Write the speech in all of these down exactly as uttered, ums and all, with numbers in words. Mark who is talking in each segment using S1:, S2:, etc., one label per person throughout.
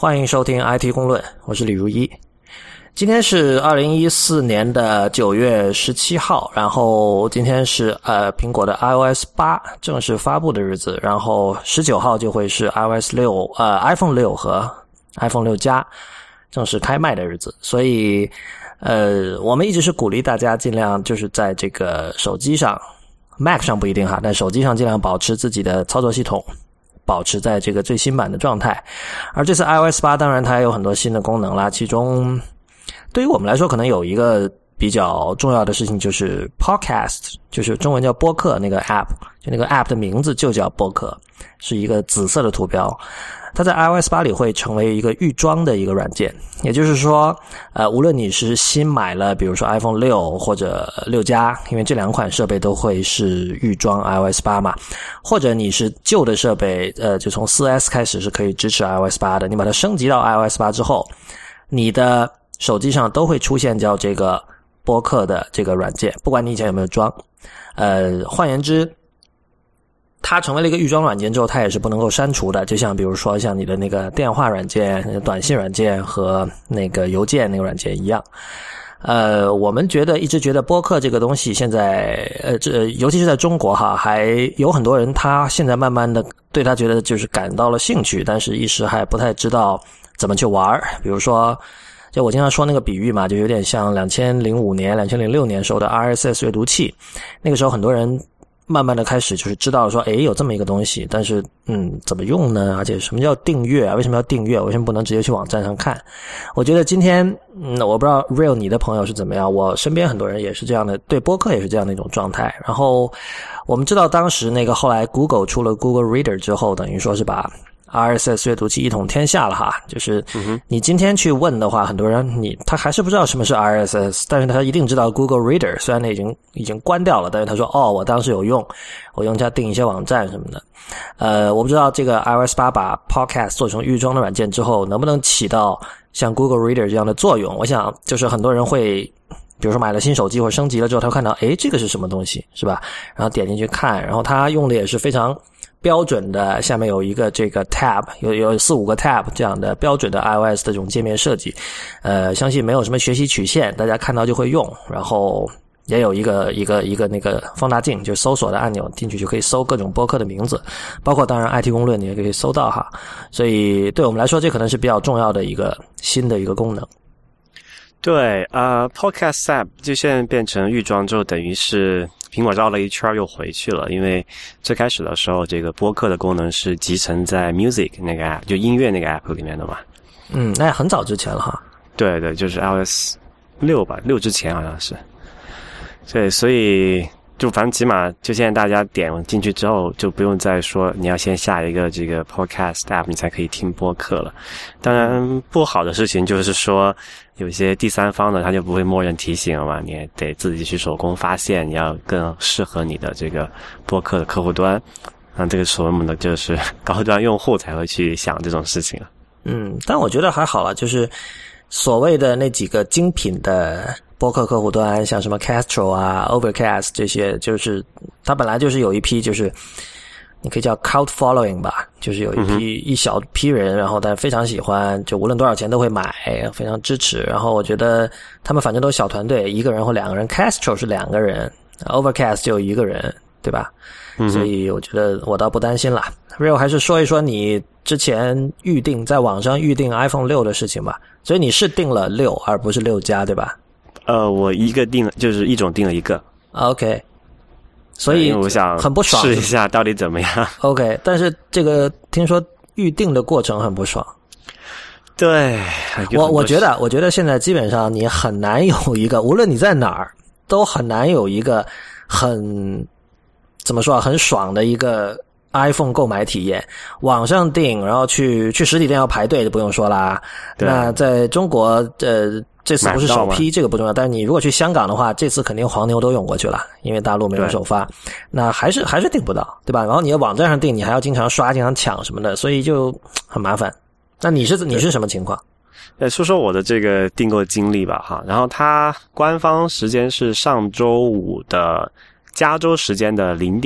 S1: 欢迎收听 I T 公论，我是李如一。今天是二零一四年的九月十七号，然后今天是呃苹果的 iOS 八正式发布的日子，然后十九号就会是 iOS 六呃 iPhone 六和 iPhone 六加正式开卖的日子，所以呃我们一直是鼓励大家尽量就是在这个手机上 Mac 上不一定哈，但手机上尽量保持自己的操作系统保持在这个最新版的状态。而这次 iOS 八当然它也有很多新的功能啦，其中对于我们来说可能有一个比较重要的事情就是 Podcast， 就是中文叫播客那个 App， 就那个 App 的名字就叫播客，是一个紫色的图标。它在 iOS 八里会成为一个预装的一个软件，也就是说呃，无论你是新买了比如说 iPhone 六或者六加，因为这两款设备都会是预装 iOS 八嘛，或者你是旧的设备呃，就从 四 S 开始是可以支持 iOS 八的，你把它升级到 iOS 八之后，你的手机上都会出现叫这个播客的这个软件，不管你以前有没有装。呃，换言之它成为了一个预装软件之后，它也是不能够删除的，就像比如说像你的那个电话软件、短信软件和那个邮件那个软件一样。呃，我们觉得一直觉得播客这个东西现在呃这尤其是在中国哈，还有很多人他现在慢慢的对他觉得就是感到了兴趣，但是一时还不太知道怎么去玩。比如说就我经常说那个比喻嘛，就有点像两千零五年、两千零六年时候的 R S S 阅读器，那个时候很多人慢慢的开始就是知道说，诶，有这么一个东西，但是嗯，怎么用呢？而且什么叫订阅啊？为什么要订阅？为什么不能直接去网站上看？我觉得今天嗯，我不知道 Real 你的朋友是怎么样，我身边很多人也是这样的，对播客也是这样的一种状态。然后我们知道当时那个后来 Google 出了 Google Reader 之后，等于说是把R S S 阅读器一统天下了哈，就是你今天去问的话，很多人你他还是不知道什么是 R S S， 但是他一定知道 Google Reader， 虽然那已经已经关掉了，但是他说哦，我当时有用，我用它订一些网站什么的。呃，我不知道这个 iOS 八把 Podcast 做成预装的软件之后，能不能起到像 Google Reader 这样的作用。我想就是很多人会比如说买了新手机或者升级了之后，他会看到诶，这个是什么东西是吧，然后点进去看，然后他用的也是非常标准的，下面有一个这个 tab， 有有四五个 tab 这样的标准的 iOS 的这种界面设计，呃，相信没有什么学习曲线，大家看到就会用。然后也有一个一个一个那个放大镜，就搜索的按钮，进去就可以搜各种播客的名字，包括当然 I T 公论你也可以搜到哈。所以对我们来说，这可能是比较重要的一个新的一个功能。
S2: 对，呃 Podcast App 就现在变成预装之后，等于是苹果绕了一圈又回去了，因为最开始的时候这个播客的功能是集成在 Music 那个 App， 就音乐那个 App 里面的嘛。嗯，
S1: 那很早之前了哈。
S2: 对对，就是 iOS 六吧，六之前好像是。对，所以就反正起码就现在大家点进去之后，就不用再说你要先下一个这个 Podcast App 你才可以听播客了。当然不好的事情就是说有一些第三方的他就不会默认提醒了嘛，你也得自己去手工发现你要更适合你的这个播客的客户端。那这个时候我们的就是高端用户才会去想这种事情了。
S1: 嗯，但我觉得还好了，就是所谓的那几个精品的播客客户端，像什么 Castro 啊 Overcast 这些，就是它本来就是有一批就是你可以叫 cult following 吧，就是有一批、嗯、一小批人，然后但非常喜欢，就无论多少钱都会买，非常支持。然后我觉得他们反正都是小团队，一个人或两个人， Castro 是两个人， Overcast 就一个人，对吧、嗯、所以我觉得我倒不担心啦。 Real 还是说一说你之前预定在网上预定 iPhone 六的事情吧。所以你是订了六而不是六加对吧？
S2: 呃，我一个订了，就是一种订了一个。
S1: OK， 所以
S2: 我想
S1: 很不爽，
S2: 试一下到底怎么样。
S1: OK， 但是这个听说预定的过程很不爽。
S2: 对，
S1: 我我觉得，我觉得现在基本上你很难有一个，无论你在哪儿，都很难有一个很怎么说啊，很爽的一个 iPhone 购买体验。网上订，然后去去实体店要排队就不用说啦。那在中国呃。这次不是首批，这个不重要，但是你如果去香港的话，这次肯定黄牛都涌过去了，因为大陆没有首发，那还是还是订不到，对吧？然后你在网站上订，你还要经常刷、经常抢什么的，所以就很麻烦。那你是你是什么情况？
S2: 呃，说说我的这个订购经历吧哈。然后它官方时间是上周五的加州时间的零点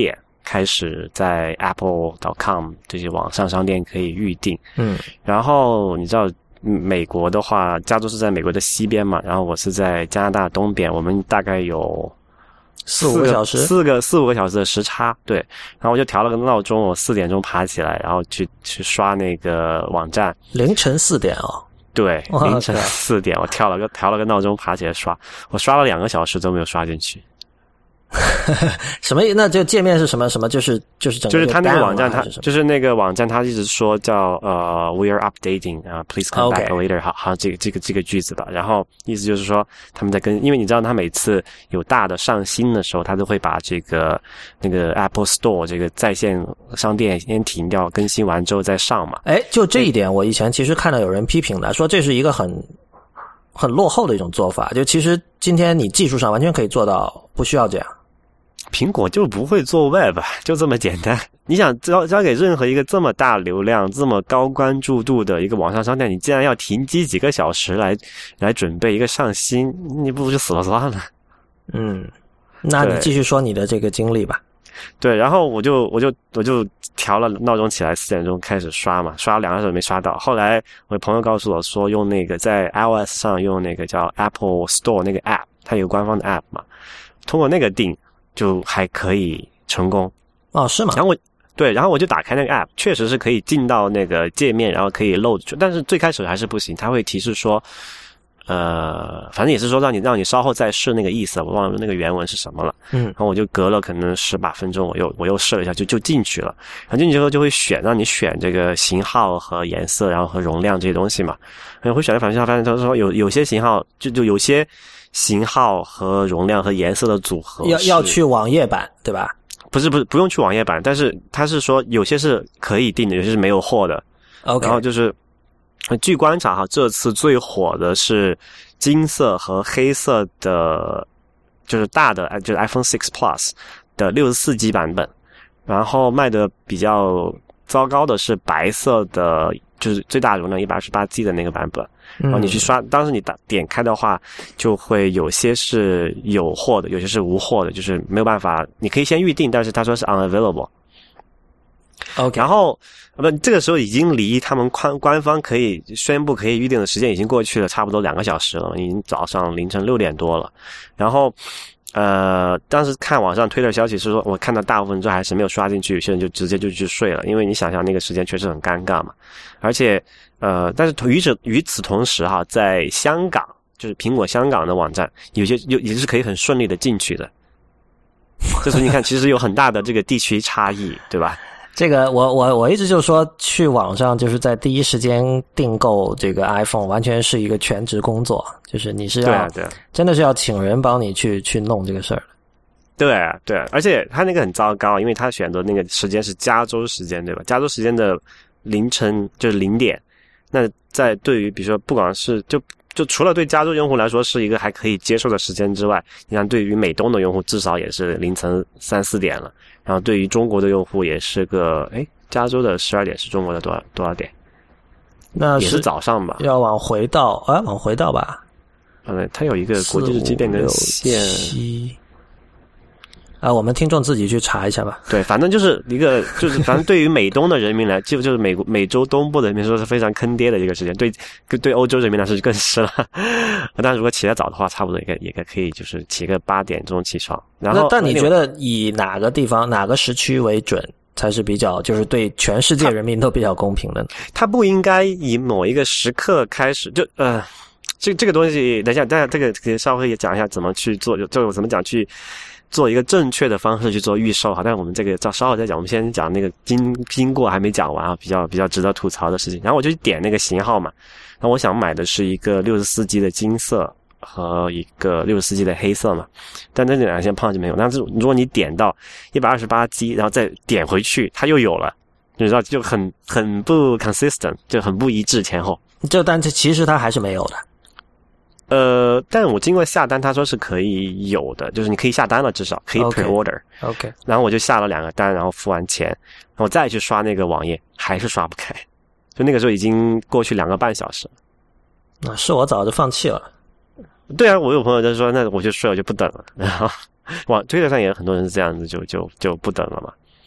S2: 开始在 apple dot com 这些网上商店可以预定。
S1: 嗯，
S2: 然后你知道美国的话，加州是在美国的西边嘛，然后我是在加拿大东边，我们大概有
S1: 四五个小时，
S2: 四个四五个小时的时差，对。然后我就调了个闹钟，我四点钟爬起来，然后去去刷那个网站。
S1: 凌晨四点哦。
S2: 对，凌晨四点，我调了个调了个闹钟爬起来刷，我刷了两个小时都没有刷进去。
S1: 什么？那就界面是什么什么？就是就是整个
S2: 就是他那个网站，他
S1: 就
S2: 就是那个网站，他一直说叫呃 "We are updating" 啊、uh, ，Please come back later， 好，好这个这个这个句子吧。然后意思就是说他们在跟，因为你知道他每次有大的上新的时候，他都会把这个那个 Apple Store 这个在线商店先停掉，更新完之后再上嘛。
S1: 哎，就这一点，我以前其实看到有人批评的，说这是一个很很落后的一种做法。就其实今天你技术上完全可以做到，不需要这样。
S2: 苹果就不会做 Web， 就这么简单。你想交交给任何一个这么大流量、这么高关注度的一个网上商店，你竟然要停机几个小时来来准备一个上新，你不如就死了算了。
S1: 嗯，那你继续说你的这个经历吧。
S2: 对，然后我就我就我就调了闹钟起来，四点钟开始刷嘛，刷了两个小时没刷到。后来我朋友告诉我说，用那个在 iOS 上用那个叫 Apple Store 那个 App， 它有官方的 App 嘛，通过那个订就还可以成功。
S1: 哦，是吗？
S2: 然后我对，然后我就打开那个 App， 确实是可以进到那个界面，然后可以 load， 但是最开始还是不行，它会提示说。呃，反正也是说让你让你稍后再试那个意思，我忘了那个原文是什么了。
S1: 嗯，
S2: 然后我就隔了可能十把分钟，我又我又试了一下，就就进去了。然后进去之后就会选，让你选这个型号和颜色，然后和容量这些东西嘛。然后会选来反正发现他说有有些型号就就有些型号和容量和颜色的组合
S1: 要要去网页版对吧？
S2: 不是不是不用去网页版，但是他是说有些是可以定的，有些是没有货的。
S1: OK，
S2: 然后就是。据观察哈，这次最火的是金色和黑色的，就是大的，就是 iPhone 六 Plus 的六十四 G 版本。然后卖的比较糟糕的是白色的，就是最大容量一百二十八 G 的那个版本。然后你去刷，当时你打点开的话，就会有些是有货的，有些是无货的，就是没有办法，你可以先预定，但是他说是 unavailable。OK， 然后不，这个时候已经离他们官官方可以宣布可以预定的时间已经过去了，差不多两个小时了，已经早上凌晨六点多了。然后，呃，当时看网上推的消息是说，我看到大部分之后还是没有刷进去，有些人就直接就去睡了，因为你想想那个时间确实很尴尬嘛。而且，呃，但是与此与此同时哈，在香港，就是苹果香港的网站，有些有也是可以很顺利的进去的。这时候你看，其实有很大的这个地区差异，对吧？
S1: 这个我我我一直就说去网上就是在第一时间订购这个 iPhone 完全是一个全职工作，就是你是要、
S2: 对啊对啊、
S1: 真的是要请人帮你去去弄这个事儿。
S2: 对啊对啊，而且他那个很糟糕，因为他选择那个时间是加州时间，对吧？加州时间的凌晨就是零点，那在对于比如说不管是就就除了对加州用户来说是一个还可以接受的时间之外，你看对于美东的用户至少也是凌晨三四点了。然后对于中国的用户也是个，诶，加州的十二点是中国的多少多少点？
S1: 那
S2: 也是早上吧？
S1: 要往回到啊，往回到吧？
S2: 嗯，它有一个国际日期变更线。
S1: 啊，我们听众自己去查一下吧。
S2: 对，反正就是一个，就是反正对于美东的人民来，就就是美国美洲东部的人民说是非常坑爹的一个时间，对对欧洲人民来说就更是了。但如果起得早的话，差不多也该也该可以，就是起个八点钟起床。然后，
S1: 那但你觉得以哪个地方哪个时区为准才是比较，就是对全世界人民都比较公平的呢？
S2: 它不应该以某一个时刻开始，就呃，这这个东西，等一下，大家这个可以稍微也讲一下怎么去做，就就怎么讲去。做一个正确的方式去做预售哈，但是我们这个稍后再讲，我们先讲那个经经过还没讲完啊，比较比较值得吐槽的事情。然后我就点那个型号嘛，然后我想买的是一个六十四 G 的金色和一个六十四 G 的黑色嘛，但那两件胖就没有。但是如果你点到一百二十八 G， 然后再点回去，它又有了，你知道就很很不 consistent， 就很不一致前后。
S1: 就但是其实它还是没有的。
S2: 呃，但我经过下单，他说是可以有的，就是你可以下单了，至少可以 pre-order。
S1: OK。
S2: 然后我就下了两个单，然后付完钱，然后再去刷那个网页，还是刷不开。就那个时候已经过去两个半小时了。
S1: 啊，是我早就放弃了。
S2: 对啊，我有朋友就说，那我就睡，我就不等了。然后网推特上也有很多人是这样子，就就就不等了嘛。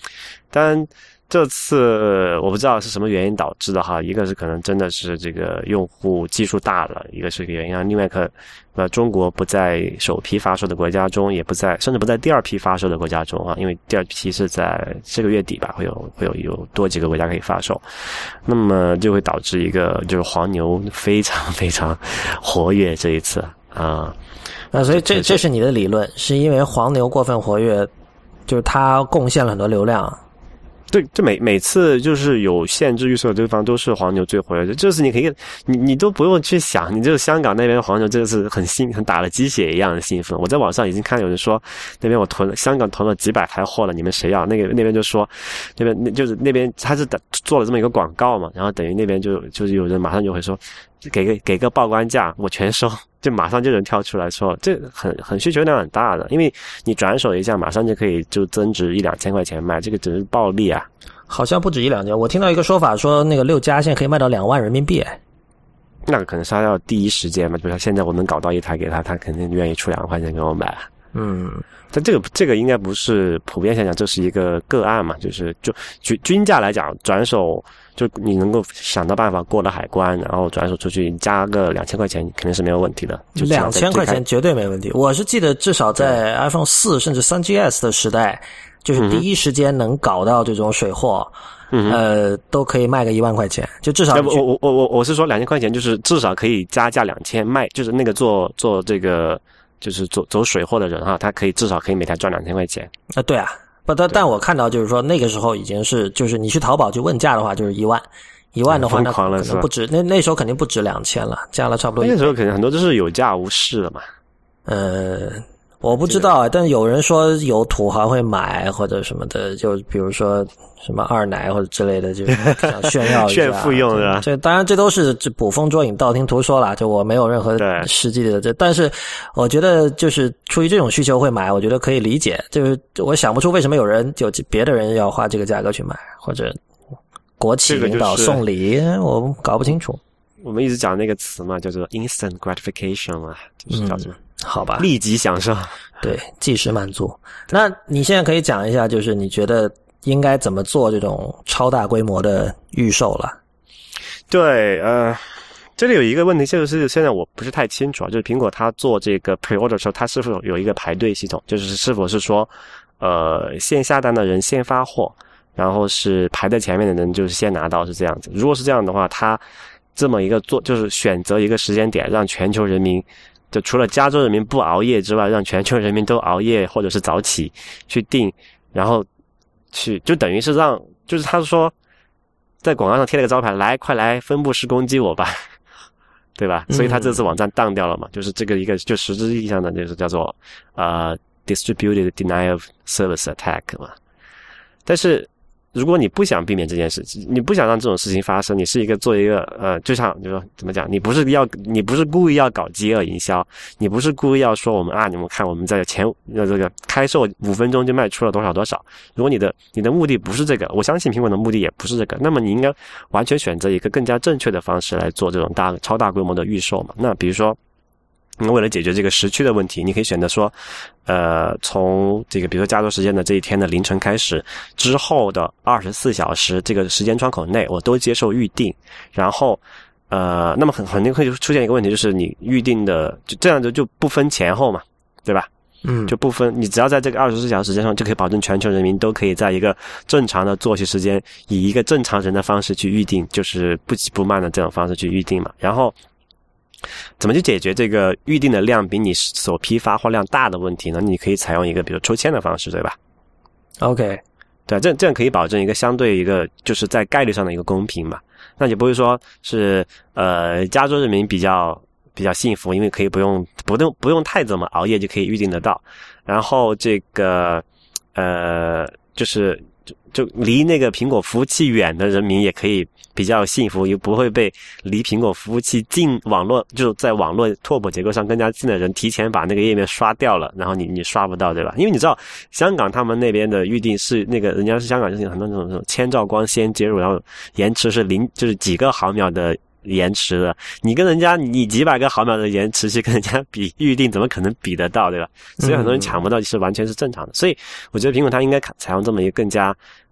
S2: 当然这次我不知道是什么原因导致的哈，一个是可能真的是这个用户基数大了，一个是个原因，另外一个呃中国不在首批发售的国家中，也不在甚至不在第二批发售的国家中啊，因为第二批是在这个月底吧，会有会有有多几个国家可以发售，那么就会导致一个就是黄牛非常非常活跃这一次啊。
S1: 那所以这这是你的理论，是因为黄牛过分活跃，就是它贡献了很多流量。
S2: 对，这每每次就是有限制预售的地方都是黄牛最活跃的，就是你可以，你你都不用去想，你就是香港那边黄牛这是很兴，很打了鸡血一样的兴奋。我在网上已经看有人说，那边我囤香港囤了几百台货了，你们谁要？那个那边就说，那边那就是那边他是做了这么一个广告嘛，然后等于那边就就是有人马上就会说，给个给个报关价，我全收。就马上就有人跳出来说，这很很需求量很大的，因为你转手一下，马上就可以就增值一两千块钱卖，这个只是暴利啊。
S1: 好像不止一两千，我听到一个说法说，那个六加现在可以卖到两万人民币。
S2: 那个可能是他要第一时间嘛，比如说现在我能搞到一台给他，他肯定愿意出两万块钱给我买。
S1: 嗯，
S2: 但这个这个应该不是普遍现象，这是一个个案嘛，就是就均均价来讲，转手就你能够想到办法过了海关，然后转手出去加个两千块钱肯定是没有问题的。就
S1: 两千块钱绝对没问题。我是记得至少在 iPhone 四甚至 三 G S 的时代，就是第一时间能搞到这种水货。嗯，呃，都可以卖个一万块钱，就至少
S2: 我我我我我是说两千块钱，就是至少可以加价两千卖，就是那个做做这个就是走走水货的人哈，他可以至少可以每台赚两千块钱。
S1: 啊，对啊，不，但但我看到就是说那个时候已经是，就是你去淘宝去问价的话，就是一万，一万的话那可能不止，那那时候肯定不止两千了，加了差不多。
S2: 那时候肯定很多都是有价无市的嘛。
S1: 呃。我不知道啊，但有人说有土豪会买或者什么的，就比如说什么二奶或者之类的，就是想炫耀一下
S2: 炫富用的。
S1: 这当然这都是捕风捉影、道听途说啦，就我没有任何实际的这，但是我觉得就是出于这种需求会买，我觉得可以理解。就是我想不出为什么有人有别的人要花这个价格去买，或者国企领导送礼，这个就是、我搞不清楚。
S2: 我们一直讲那个词嘛，叫做 instant gratification 嘛，就是叫做、嗯、
S1: 好吧，
S2: 立即享受，
S1: 对，即时满足。那你现在可以讲一下，就是你觉得应该怎么做这种超大规模的预售了？
S2: 对，呃，这里有一个问题，就是现在我不是太清楚啊，就是苹果它做这个 pre-order 的时候，它是否有一个排队系统，就是是否是说，呃，先下单的人先发货，然后是排在前面的人就是先拿到，是这样子。如果是这样的话，它这么一个做，就是选择一个时间点，让全球人民，就除了加州人民不熬夜之外，让全球人民都熬夜或者是早起去订，然后去，就等于是让，就是他说在广告上贴了个招牌，来，快来分布式攻击我吧，对吧？所以他这次网站当掉了嘛，嗯、就是这个一个就实质意义上的就是叫做呃 distributed denial of service attack 嘛，但是。如果你不想避免这件事情，你不想让这种事情发生，你是一个做一个呃，就像就说怎么讲，你不是要你不是故意要搞饥饿营销，你不是故意要说我们啊，你们看我们在前呃这个开售五分钟就卖出了多少多少。如果你的你的目的不是这个，我相信苹果的目的也不是这个，那么你应该完全选择一个更加正确的方式来做这种大超大规模的预售嘛。那比如说。为了解决这个时区的问题，你可以选择说，呃，从这个比如说加州时间的这一天的凌晨开始，之后的二十四小时这个时间窗口内，我都接受预定。然后，呃，那么很肯定会出现一个问题，就是你预定的就这样就就不分前后嘛，对吧？
S1: 嗯，
S2: 就不分，你只要在这个二十四小时时间上，就可以保证全球人民都可以在一个正常的作息时间，以一个正常人的方式去预定，就是不急不慢的这种方式去预定嘛。然后。怎么去解决这个预定的量比你所批发货量大的问题呢？你可以采用一个比如抽签的方式，对吧
S1: ？OK，
S2: 对，这这样可以保证一个相对一个就是在概率上的一个公平嘛。那你不会说是呃加州人民比较比较幸福，因为可以不用不用不用太怎么熬夜就可以预定得到，然后这个呃就是。就离那个苹果服务器远的人民也可以比较幸福，也不会被离苹果服务器近网络就在网络拓扑结构上更加近的人提前把那个页面刷掉了，然后你你刷不到，对吧？因为你知道香港他们那边的预定是那个人家是香港就是很多那种那种千兆光纤接入，然后延迟是零就是几个毫秒的延迟的，你跟人家你几百个毫秒的延迟去跟人家比预定，怎么可能比得到，对吧？所以很多人抢不到是完全是正常的。所以我觉得苹果它应该采用这么一个更加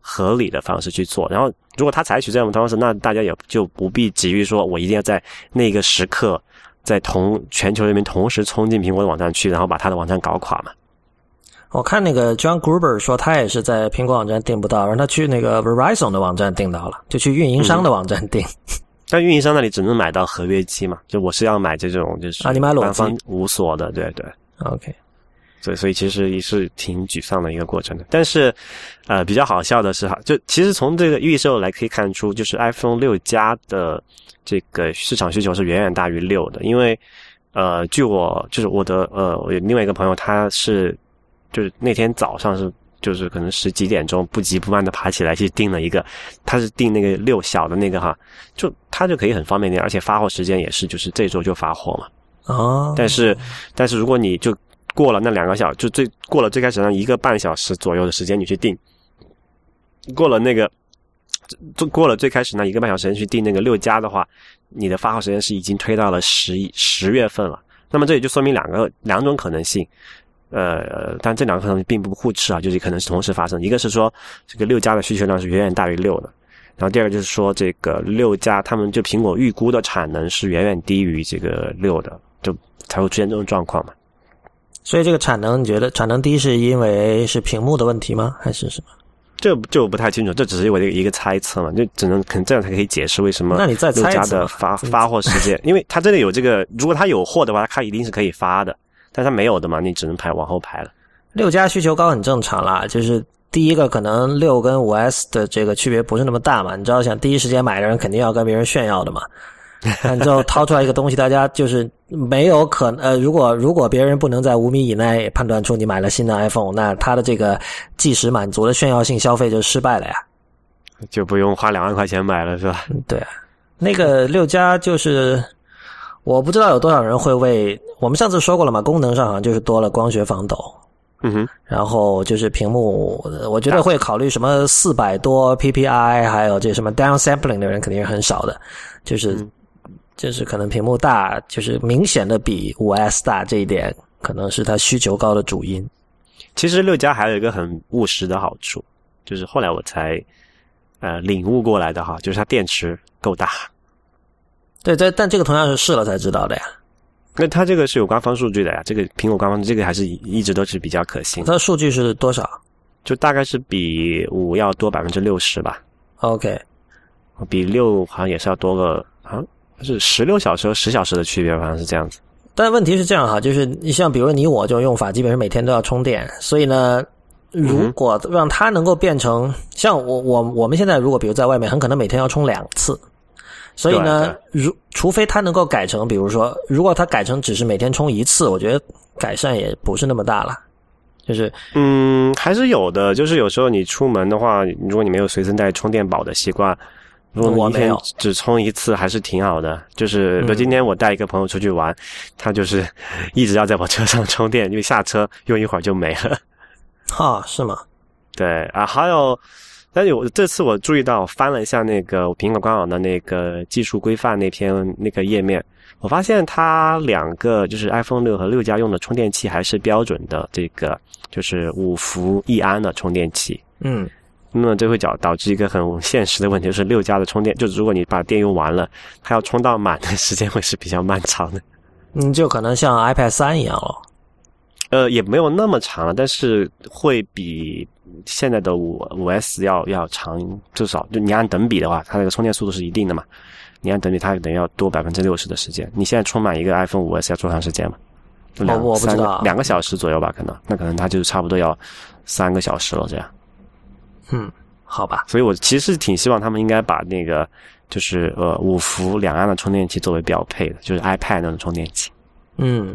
S2: 合理的方式去做。然后如果他采取这种方式，那大家也就不必急于说我一定要在那个时刻在同全球人民同时冲进苹果的网站去，然后把他的网站搞垮嘛。
S1: 我看那个 John Gruber 说他也是在苹果网站订不到，让他去那个 Verizon 的网站订到了，就去运营商的网站订。嗯，
S2: 但运营商那里只能买到合约机嘛，就我是要买这种就是
S1: 啊，你买裸机，
S2: 官方无锁的，对对。
S1: OK，
S2: 对，所以其实也是挺沮丧的一个过程的。但是，呃，比较好笑的是哈，就其实从这个预售来可以看出，就是 iPhone 六加的这个市场需求是远远大于六的，因为呃，据我就是我的呃，我有另外一个朋友，他是就是那天早上是。就是可能十几点钟不急不慢的爬起来去订了一个，他是订那个六小的那个哈，就他就可以很方便点，而且发货时间也是就是这周就发货嘛。
S1: 哦，
S2: 但是但是如果你就过了那两个小时，就最过了最开始那一个半小时左右的时间你去订，过了那个过了最开始那一个半小时时间去订那个六加的话，你的发货时间是已经推到了十十月份了。那么这也就说明两个两种可能性。呃，但这两个可能并不互斥啊，就是可能是同时发生。一个是说这个六加的需求量是远远大于六的，然后第二个就是说这个六加他们就苹果预估的产能是远远低于这个六的，就才会出现这种状况嘛。
S1: 所以这个产能，你觉得产能低是因为是屏幕的问题吗？还是什么？
S2: 这就不太清楚，这只是我的一个猜测嘛，就只能可能这样才可以解释为什么六加的发发货时间，因为它这里有这个，如果它有货的话，它一定是可以发的。但它没有的嘛，你只能排往后排了。
S1: 六加需求高很正常啦，就是第一个可能六跟五 S 的这个区别不是那么大嘛，你知道想第一时间买的人肯定要跟别人炫耀的嘛。然后掏出来一个东西，大家就是没有可能呃，如果如果别人不能在五米以内判断出你买了新的 iPhone， 那他的这个即时满足的炫耀性消费就失败了呀，
S2: 就不用花两万块钱买了是吧？
S1: 对，那个六加就是。我不知道有多少人会为我们上次说过了嘛，功能上好像就是多了光学防抖，
S2: 嗯哼，
S1: 然后就是屏幕，我觉得会考虑什么四百多 P P I， 还有这什么 downsampling 的人肯定是很少的，就是、嗯、就是可能屏幕大，就是明显的比五 S 大，这一点可能是它需求高的主因。
S2: 其实六加还有一个很务实的好处，就是后来我才呃领悟过来的哈，就是它电池够大。
S1: 对，但但这个同样是试了才知道的呀。
S2: 那它这个是有官方数据的呀，这个苹果官方这个还是一直都是比较可信。
S1: 它的数据是多少？
S2: 就大概是比五要多百分之六十吧。
S1: OK，
S2: 比六好像也是要多个，好像是十六小时和十小时的区别，好像是这样子。但
S1: 问题是这样哈，就是你像比如你我就用法，基本上每天都要充电，所以呢，如果让它能够变成、嗯、像我我我们现在如果比如在外面，很可能每天要充两次。所以呢，如除非它能够改成，比如说，如果它改成只是每天充一次，我觉得改善也不是那么大了。就是
S2: 嗯，还是有的。就是有时候你出门的话，如果你没有随身带充电宝的习惯，如果你一天只充一次，还是挺好的。就是比如今天我带一个朋友出去玩，嗯、他就是一直要在我车上充电，因为下车用一会儿就没了。
S1: 哈，是吗？
S2: 对啊，还有。但是我这次我注意到，我翻了一下那个苹果官网的那个技术规范那篇那个页面，我发现它两个就是 iPhone 六和六加用的充电器还是标准的这个就是五伏一安的充电器。
S1: 嗯，
S2: 那么这会导导致一个很现实的问题，就是六加的充电，就如果你把电用完了，它要充到满的时间会是比较漫长的。
S1: 嗯，就可能像 iPad 三一样咯。
S2: 呃，也没有那么长了，但是会比现在的五五 S 要要长，至少就你按等比的话，它那个充电速度是一定的嘛。你按等比，它等于要多百分之六十的时间。你现在充满一个 iPhone 五 S 要多长时间嘛？两
S1: 我我不知道，
S2: 两个小时左右吧，可能。那可能它就是差不多要三个小时了，这样。
S1: 嗯，好吧。
S2: 所以我其实挺希望他们应该把那个就是呃五伏两安的充电器作为标配的，就是 iPad 那种充电器。
S1: 嗯。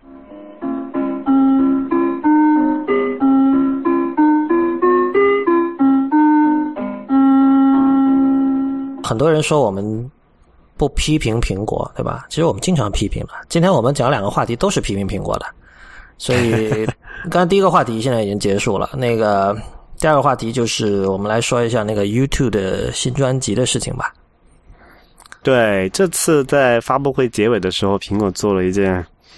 S1: 很多人说我们不批评苹果，对吧？其实我们经常批评了。今天我们讲两个话题都是批评苹果的，所以刚才第一个话题现在已经结束了。那个第二个话题就是我们来说一下那个 YouTube 的新专辑的事情吧。
S2: 对，这次在发布会结尾的时候，苹果做了一件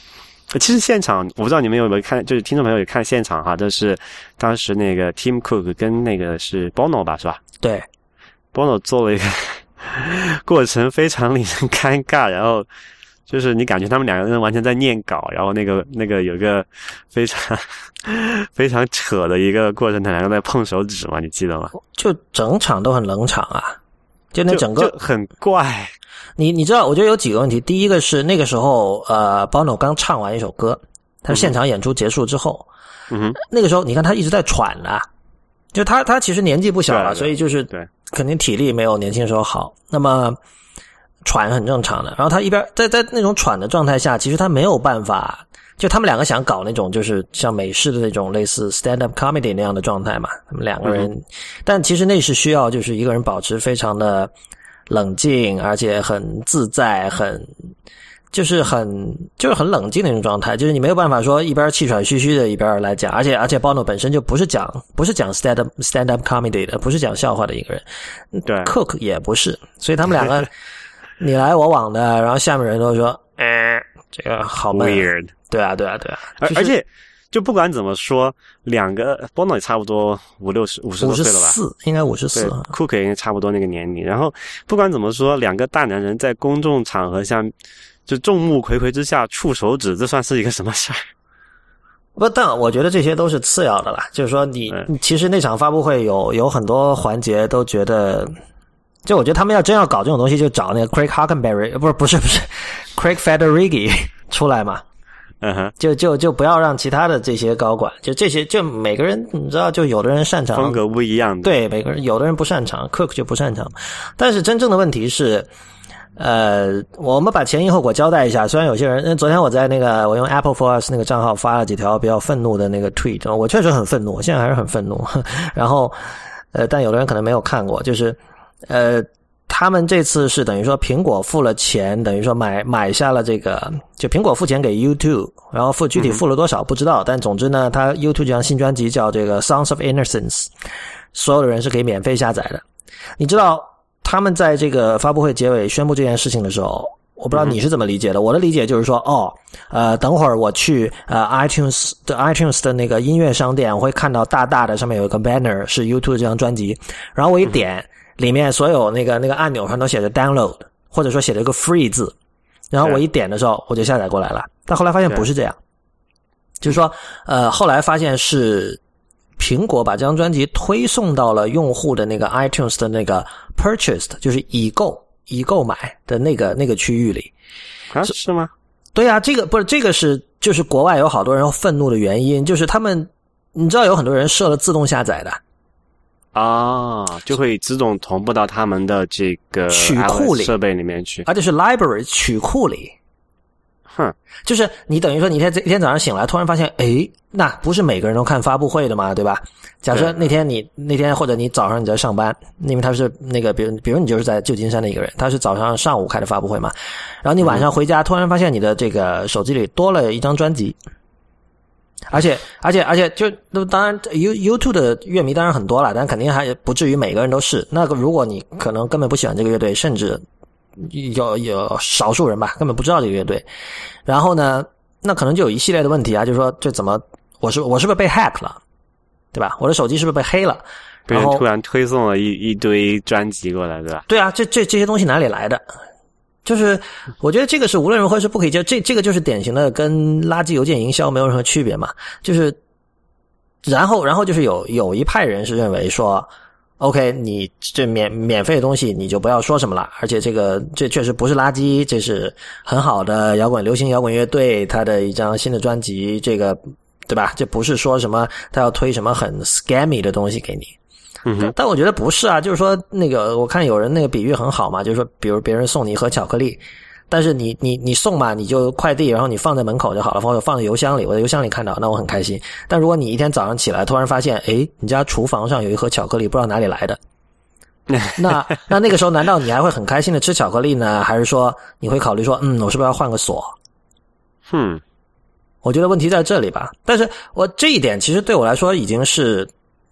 S2: 其实现场我不知道你们有没有看，就是听众朋友有看现场哈，就是当时那个 Tim Cook 跟那个是 Bono 吧，是吧？
S1: 对
S2: ，Bono 做了一个过程非常令人尴尬，然后就是你感觉他们两个人完全在念稿，然后那个那个有一个非常非常扯的一个过程，他两个在碰手指嘛，你记得吗？
S1: 就整场都很冷场啊，就那整个
S2: 就就很怪。
S1: 你你知道，我觉得有几个问题。第一个是那个时候，呃 ，Bono 刚唱完一首歌，他现场演出结束之后，
S2: 嗯哼，
S1: 那个时候你看他一直在喘啊，就他他其实年纪不小了，所以就是
S2: 对，
S1: 肯定体力没有年轻时候好。那么喘很正常的，然后他一边在在那种喘的状态下，其实他没有办法。就他们两个想搞那种就是像美式的那种类似 stand-up comedy 那样的状态嘛，他们两个人，嗯、但其实那是需要就是一个人保持非常的冷静，而且很自在，很就是很就是很冷静的那种状态，就是你没有办法说一边气喘吁吁的一边来讲，而且而且 Bono 本身就不是讲不是讲 stand-up stand-up comedy 的，不是讲笑话的一个人，
S2: 对
S1: ，Cook 也不是，所以他们两个你来我往的，然后下面人都说，哎，这个好闷
S2: weird。
S1: 对啊，对啊，对啊，
S2: 而而且就不管怎么说，两个 Bono 也差不多五六十五十多岁了吧？
S1: 五十四，应该五十四。
S2: Cook 也应该差不多那个年龄。然后不管怎么说，两个大男人在公众场合下，就众目睽睽之下触手指，这算是一个什么事儿？
S1: 不，但我觉得这些都是次要的啦。就是说你，你其实那场发布会有有很多环节都觉得。就我觉得他们要真要搞这种东西，就找那个 Craig Hockenberry， 不是不是不是 Craig Federighi 出来嘛。
S2: 嗯哼，
S1: 就就就不要让其他的这些高管，就这些就每个人你知道，就有的人擅长
S2: 风格不一样的，
S1: 对，每个人有的人不擅长 ，Cook 就不擅长。但是真正的问题是，呃，我们把前因后果交代一下。虽然有些人，昨天我在那个我用 Apple for Us 那个账号发了几条比较愤怒的那个 tweet， 我确实很愤怒，我现在还是很愤怒。然后，呃，但有的人可能没有看过，就是呃。他们这次是等于说苹果付了钱，等于说买买下了这个，就苹果付钱给 YouTube， 然后付具体付了多少不知道，但总之呢，他 YouTube 这张新专辑叫这个 Songs of Innocence， 所有的人是可以免费下载的。你知道他们在这个发布会结尾宣布这件事情的时候，我不知道你是怎么理解的，我的理解就是说，哦，呃，等会儿我去呃 iTunes 的 iTunes 的那个音乐商店，我会看到大大的上面有一个 banner 是 YouTube 这张专辑，然后我一点。嗯里面所有那个那个按钮上都写着 download， 或者说写着一个 free 字，然后我一点的时候我就下载过来了。但后来发现不是这样，就是说，呃，后来发现是苹果把这张专辑推送到了用户的那个 iTunes 的那个 purchased， 就是已购已购买的那个那个区域里。
S2: 啊，是吗？
S1: 对啊，这个不是这个是就是国外有好多人愤怒的原因，就是他们你知道有很多人设了自动下载的。
S2: 啊，就会自动同步到他们的这个
S1: 曲库里
S2: 设备里面去，
S1: 而且是 library 曲库里。
S2: 哼，
S1: 就是你等于说你一天一天早上醒来，突然发现，诶，那不是每个人都看发布会的嘛，对吧？假设那天你那天或者你早上你在上班，因为他是那个，比如比如你就是在旧金山的一个人，他是早上上午开的发布会嘛，然后你晚上回家，突然发现你的这个手机里多了一张专辑。而且，而且，而且，就当然 ，You YouTube 的乐迷当然很多了，但肯定还不至于每个人都是。那个，如果你可能根本不喜欢这个乐队，甚至有有少数人吧，根本不知道这个乐队，然后呢，那可能就有一系列的问题啊，就是说，这怎么我是我是不是被 hack 了，对吧？我的手机是不是被黑了？
S2: 被人突然推送了一一堆专辑过来，对吧？
S1: 对啊，这这这些东西哪里来的？就是我觉得这个是无论如何是不可以接，这这个就是典型的跟垃圾邮件营销没有任何区别嘛。就是然后然后就是有有一派人是认为说 OK 你这免免费的东西你就不要说什么了，而且这个这确实不是垃圾，这是很好的摇滚流行摇滚乐队他的一张新的专辑，这个对吧？这不是说什么他要推什么很 scammy 的东西给你。
S2: 嗯哼，
S1: 但我觉得不是啊，就是说那个我看有人那个比喻很好嘛，就是说比如别人送你一盒巧克力，但是你你你送嘛，你就快递，然后你放在门口就好了，或者放在邮箱里，我在邮箱里看到，那我很开心。但如果你一天早上起来突然发现，诶，你家厨房上有一盒巧克力，不知道哪里来的，那那那个时候难道你还会很开心的吃巧克力呢，还是说你会考虑说，嗯，我是不是要换个锁？
S2: 嗯，
S1: 我觉得问题在这里吧。但是我这一点其实对我来说已经是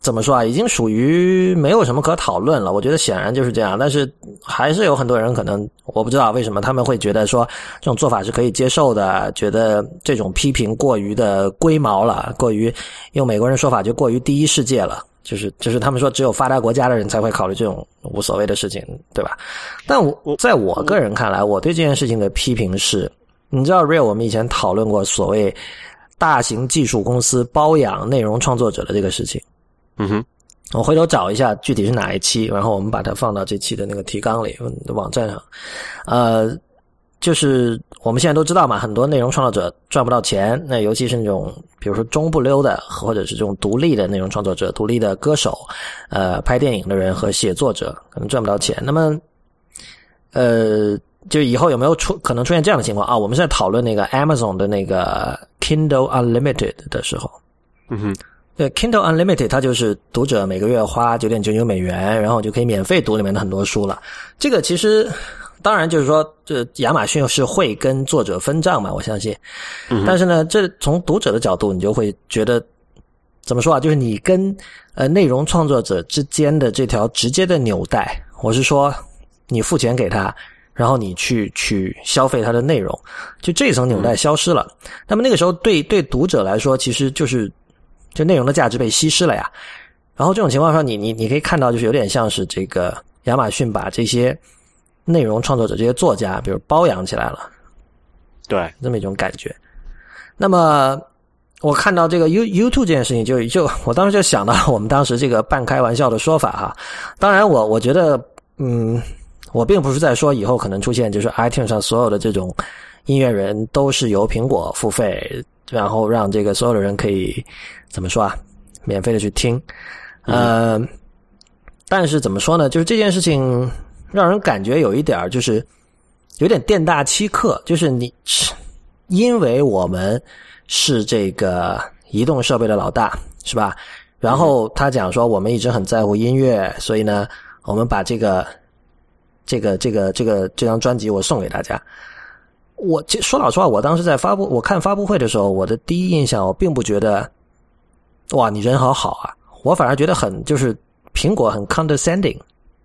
S1: 怎么说啊，已经属于没有什么可讨论了。我觉得显然就是这样，但是还是有很多人可能我不知道为什么他们会觉得说这种做法是可以接受的，觉得这种批评过于的龟毛了，过于用美国人说法就过于第一世界了，就是就是他们说只有发达国家的人才会考虑这种无所谓的事情，对吧？但我在我个人看来，我对这件事情的批评是，你知道 Real 我们以前讨论过所谓大型技术公司包养内容创作者的这个事情。
S2: 嗯哼，
S1: 我回头找一下具体是哪一期，然后我们把它放到这期的那个提纲里，网站上。呃，就是我们现在都知道嘛，很多内容创作者赚不到钱，那尤其是那种比如说中不溜的，或者是这种独立的内容创作者、独立的歌手、呃，拍电影的人和写作者可能赚不到钱。那么，呃，就以后有没有出可能出现这样的情况啊？我们是在讨论那个 Amazon 的那个 Kindle Unlimited 的时候，
S2: 嗯哼。
S1: 对 Kindle Unlimited 它就是读者每个月花 九点九九美元，然后就可以免费读里面的很多书了。这个其实当然就是说这亚马逊是会跟作者分账嘛，我相信。嗯、但是呢，这从读者的角度你就会觉得怎么说啊，就是你跟呃内容创作者之间的这条直接的纽带，我是说你付钱给他，然后你去去消费他的内容，就这层纽带消失了。嗯、那么那个时候对对读者来说其实就是就内容的价值被稀释了呀，然后这种情况下，你你你可以看到，就是有点像是这个亚马逊把这些内容创作者、这些作家，比如包养起来了，
S2: 对，
S1: 这么一种感觉。那么我看到这个 You YouTube 这件事情就，就就我当时就想到了我们当时这个半开玩笑的说法哈。当然我，我我觉得，嗯，我并不是在说以后可能出现就是 iTunes 上所有的这种音乐人都是由苹果付费，然后让这个所有的人可以怎么说啊，免费的去听。呃，嗯、但是怎么说呢，就是这件事情让人感觉有一点就是有点店大欺客，就是你因为我们是这个移动设备的老大，是吧？然后他讲说我们一直很在乎音乐，所以呢我们把这个这个这个这个这张专辑我送给大家。我说老实话，我当时在发布我看发布会的时候，我的第一印象我并不觉得哇你人好好啊，我反而觉得很就是苹果很 condescending。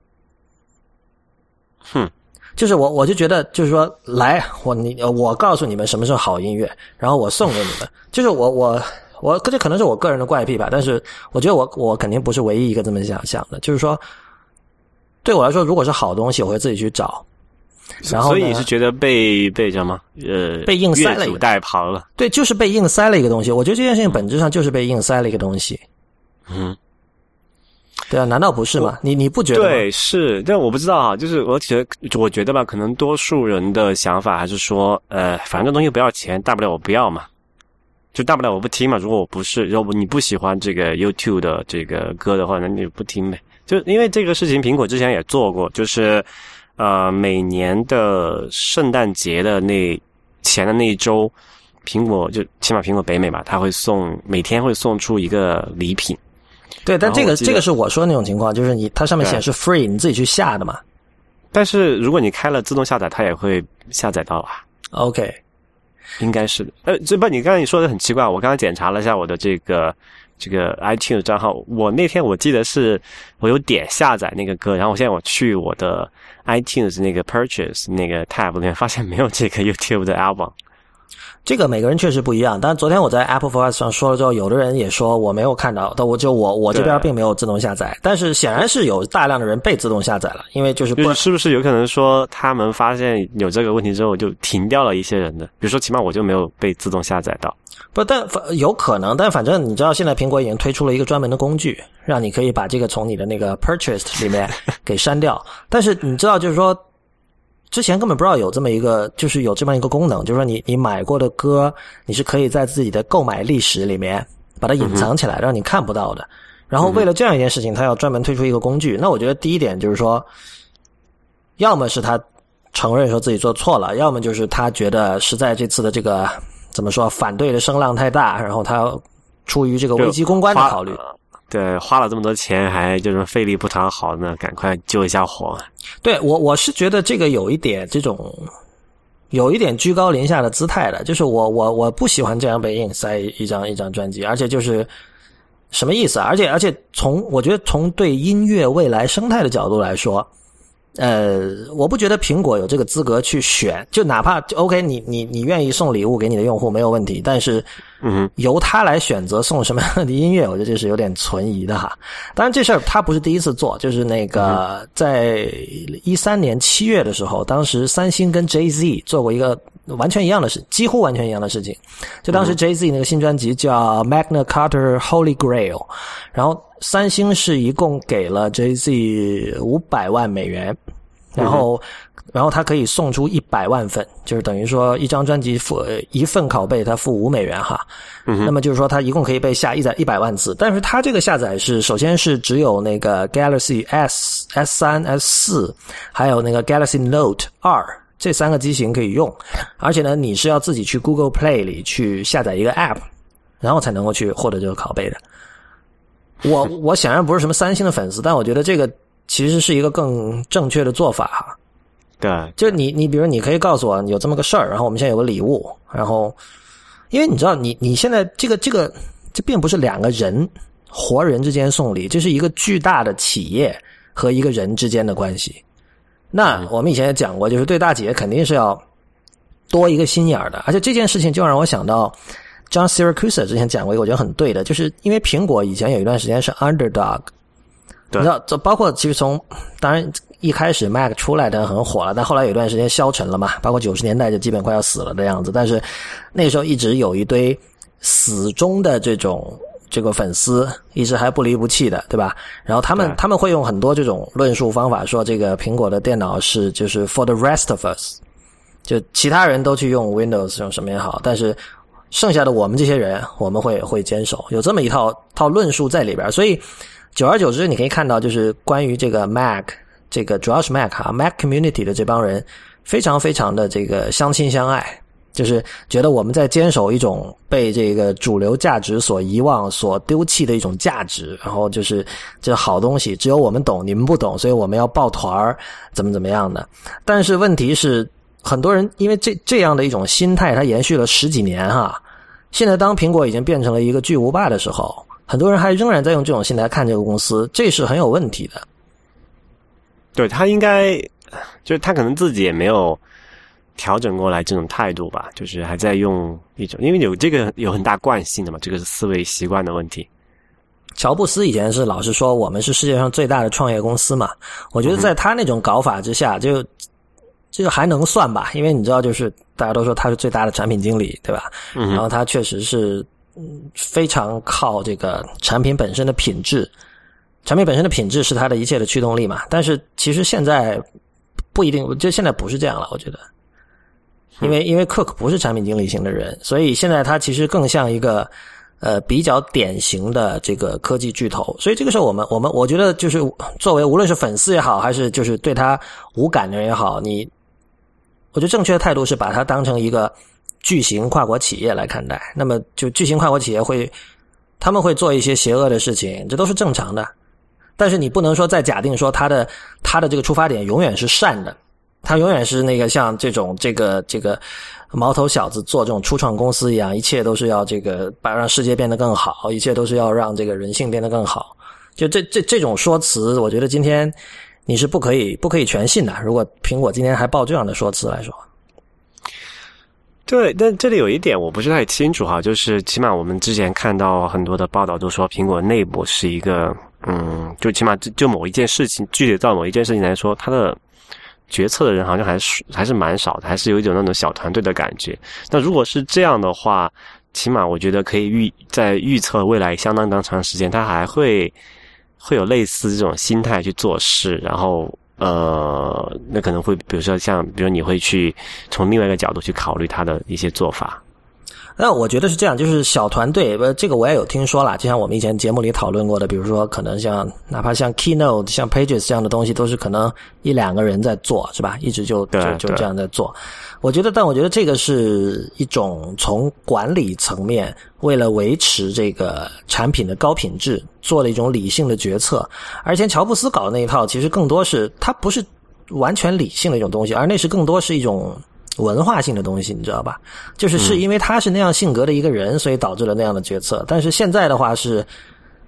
S2: 哼，
S1: 就是我我就觉得就是说来我你我告诉你们什么是好音乐，然后我送给你们。就是我我我这可能是我个人的怪癖吧，但是我觉得我我肯定不是唯一一个这么想想的。就是说对我来说，如果是好东西我会自己去找。然后
S2: 所以你是觉得被被什么呃
S1: 被硬塞了
S2: 越俎代庖了？
S1: 对，就是被硬塞了一个东西。我觉得这件事情本质上就是被硬塞了一个东西。
S2: 嗯，
S1: 对啊，难道不是吗？你你不觉得吗？
S2: 对，是，但我不知道啊，就是我觉得我觉得吧，可能多数人的想法还是说，呃，反正这东西不要钱，大不了我不要嘛，就大不了我不听嘛。如果我不是，如果你不喜欢这个 YouTube 的这个歌的话，那你不听呗。就因为这个事情，苹果之前也做过，就是。呃，每年的圣诞节的那前的那一周，苹果就起码苹果北美吧，它会送每天会送出一个礼品。
S1: 对，但这个这个是我说的那种情况，就是你它上面显示 free， 你自己去下的嘛。
S2: 但是如果你开了自动下载，它也会下载到啊。
S1: OK，
S2: 应该是的。呃，这不，你刚才你说的很奇怪，我刚才检查了一下我的这个。这个 iTunes 账号，我那天我记得是我有点下载那个歌，然后我现在我去我的 iTunes 那个 Purchase 那个 tab 里面发现没有这个 YouTube 的 album。
S1: 这个每个人确实不一样，但是昨天我在 Apple Podcast 上说了之后，有的人也说我没有看到，但我就我我这边并没有自动下载，但是显然是有大量的人被自动下载了，因为就是不、
S2: 就是是不是有可能说他们发现有这个问题之后就停掉了一些人的，比如说起码我就没有被自动下载到。
S1: 不，但有可能，但反正你知道，现在苹果已经推出了一个专门的工具，让你可以把这个从你的那个 Purchased 里面给删掉。但是你知道，就是说，之前根本不知道有这么一个，就是有这么一个功能，就是说你你买过的歌，你是可以在自己的购买历史里面把它隐藏起来，让你看不到的。然后为了这样一件事情，他要专门推出一个工具。那我觉得第一点就是说，要么是他承认说自己做错了，要么就是他觉得实在这次的这个。怎么说？反对的声浪太大，然后他出于这个危机公关的考虑，
S2: 对，花了这么多钱，还就是费力不讨好呢，赶快救一下火。
S1: 对，我我是觉得这个有一点这种，有一点居高临下的姿态的，就是我我我不喜欢这样被硬塞一张一张专辑，而且就是什么意思啊？而且而且从我觉得从对音乐未来生态的角度来说，呃，我不觉得苹果有这个资格去选，就哪怕 OK， 你你你愿意送礼物给你的用户没有问题，但是，
S2: 嗯，
S1: 由他来选择送什么样的音乐，我觉得这是有点存疑的哈。当然，这事儿他不是第一次做，就是那个、嗯、在一三年七月的时候，当时三星跟 Jay-Z 做过一个完全一样的事，几乎完全一样的事情。就当时 Jay-Z 那个新专辑叫 Magna Carta Holy Grail， 然后三星是一共给了 Jay-Z 五百万美元，然后，然后他可以送出一百万份，就是等于说一张专辑付一份拷贝，他付五美元哈。嗯，那么就是说他一共可以被下一载一百万次，但是他这个下载是首先是只有那个 Galaxy S、S 三、S 四，还有那个 Galaxy Note 二这三个机型可以用，而且呢，你是要自己去 Google Play 里去下载一个 App， 然后才能够去获得这个拷贝的。我我显然不是什么三星的粉丝，但我觉得这个其实是一个更正确的做法哈。
S2: 对，
S1: 就你你比如你可以告诉我你有这么个事儿，然后我们现在有个礼物，然后因为你知道你你现在这个这个这并不是两个人活人之间送礼，这是一个巨大的企业和一个人之间的关系。那我们以前也讲过，就是对大企业肯定是要多一个心眼的，而且这件事情就让我想到John Siracusa 之前讲过一个我觉得很对的，就是因为苹果以前有一段时间是 underdog， 你知道，这包括其实从当然一开始 Mac 出来的很火了，但后来有一段时间消沉了嘛，包括九十年代就基本快要死了的样子，但是那个时候一直有一堆死忠的这种这个粉丝一直还不离不弃的，对吧？然后他们他们会用很多这种论述方法说这个苹果的电脑是就是 for the rest of us， 就其他人都去用 Windows 用什么也好，但是剩下的我们这些人我们会会坚守，有这么一套套论述在里边。所以久而久之你可以看到就是关于这个 Mac 这个主要是 Mac 啊 Mac community 的这帮人非常非常的这个相亲相爱，就是觉得我们在坚守一种被这个主流价值所遗忘所丢弃的一种价值，然后就是这好东西只有我们懂你们不懂，所以我们要抱团怎么怎么样的。但是问题是很多人因为这这样的一种心态它延续了十几年哈，现在当苹果已经变成了一个巨无霸的时候，很多人还仍然在用这种心态看这个公司，这是很有问题的。
S2: 对，他应该就是他可能自己也没有调整过来这种态度吧，就是还在用一种，因为有这个有很大惯性的嘛，这个是思维习惯的问题。
S1: 乔布斯以前是老是说我们是世界上最大的创业公司嘛，我觉得在他那种搞法之下就这个还能算吧，因为你知道就是大家都说他是最大的产品经理，对吧？嗯，然后他确实是非常靠这个产品本身的品质，产品本身的品质是他的一切的驱动力嘛。但是其实现在不一定，就现在不是这样了，我觉得，因为因为 Cook 不是产品经理型的人，所以现在他其实更像一个呃比较典型的这个科技巨头。所以这个时候我们我们我觉得就是作为无论是粉丝也好，还是就是对他无感的人也好，你我觉得正确的态度是把它当成一个巨型跨国企业来看待。那么就巨型跨国企业会他们会做一些邪恶的事情，这都是正常的。但是你不能说再假定说他的他的这个出发点永远是善的，他永远是那个像这种这个这个毛头小子做这种初创公司一样，一切都是要这个把让世界变得更好，一切都是要让这个人性变得更好。就这这这种说辞，我觉得今天你是不可以不可以全信的。如果苹果今天还抱这样的说辞来说，
S2: 对，但这里有一点我不是太清楚哈，就是起码我们之前看到很多的报道都说苹果内部是一个嗯，就起码就某一件事情，具体到某一件事情来说，它的决策的人好像还是还是蛮少的，还是有一种那种小团队的感觉。那如果是这样的话，起码我觉得可以预在预测未来相当当长时间，它还会会有类似这种心态去做事，然后呃，那可能会比如说像比如你会去从另外一个角度去考虑它的一些做法。
S1: 那我觉得是这样，就是小团队，呃，这个我也有听说啦，就像我们以前节目里讨论过的，比如说可能像哪怕像 Keynote、像 Pages 这样的东西，都是可能一两个人在做，是吧？一直就就就这样在做。我觉得，但我觉得这个是一种从管理层面为了维持这个产品的高品质做的一种理性的决策。而且乔布斯搞的那一套，其实更多是它不是完全理性的一种东西，而那是更多是一种文化性的东西，你知道吧？就是是因为他是那样性格的一个人，所以导致了那样的决策。但是现在的话是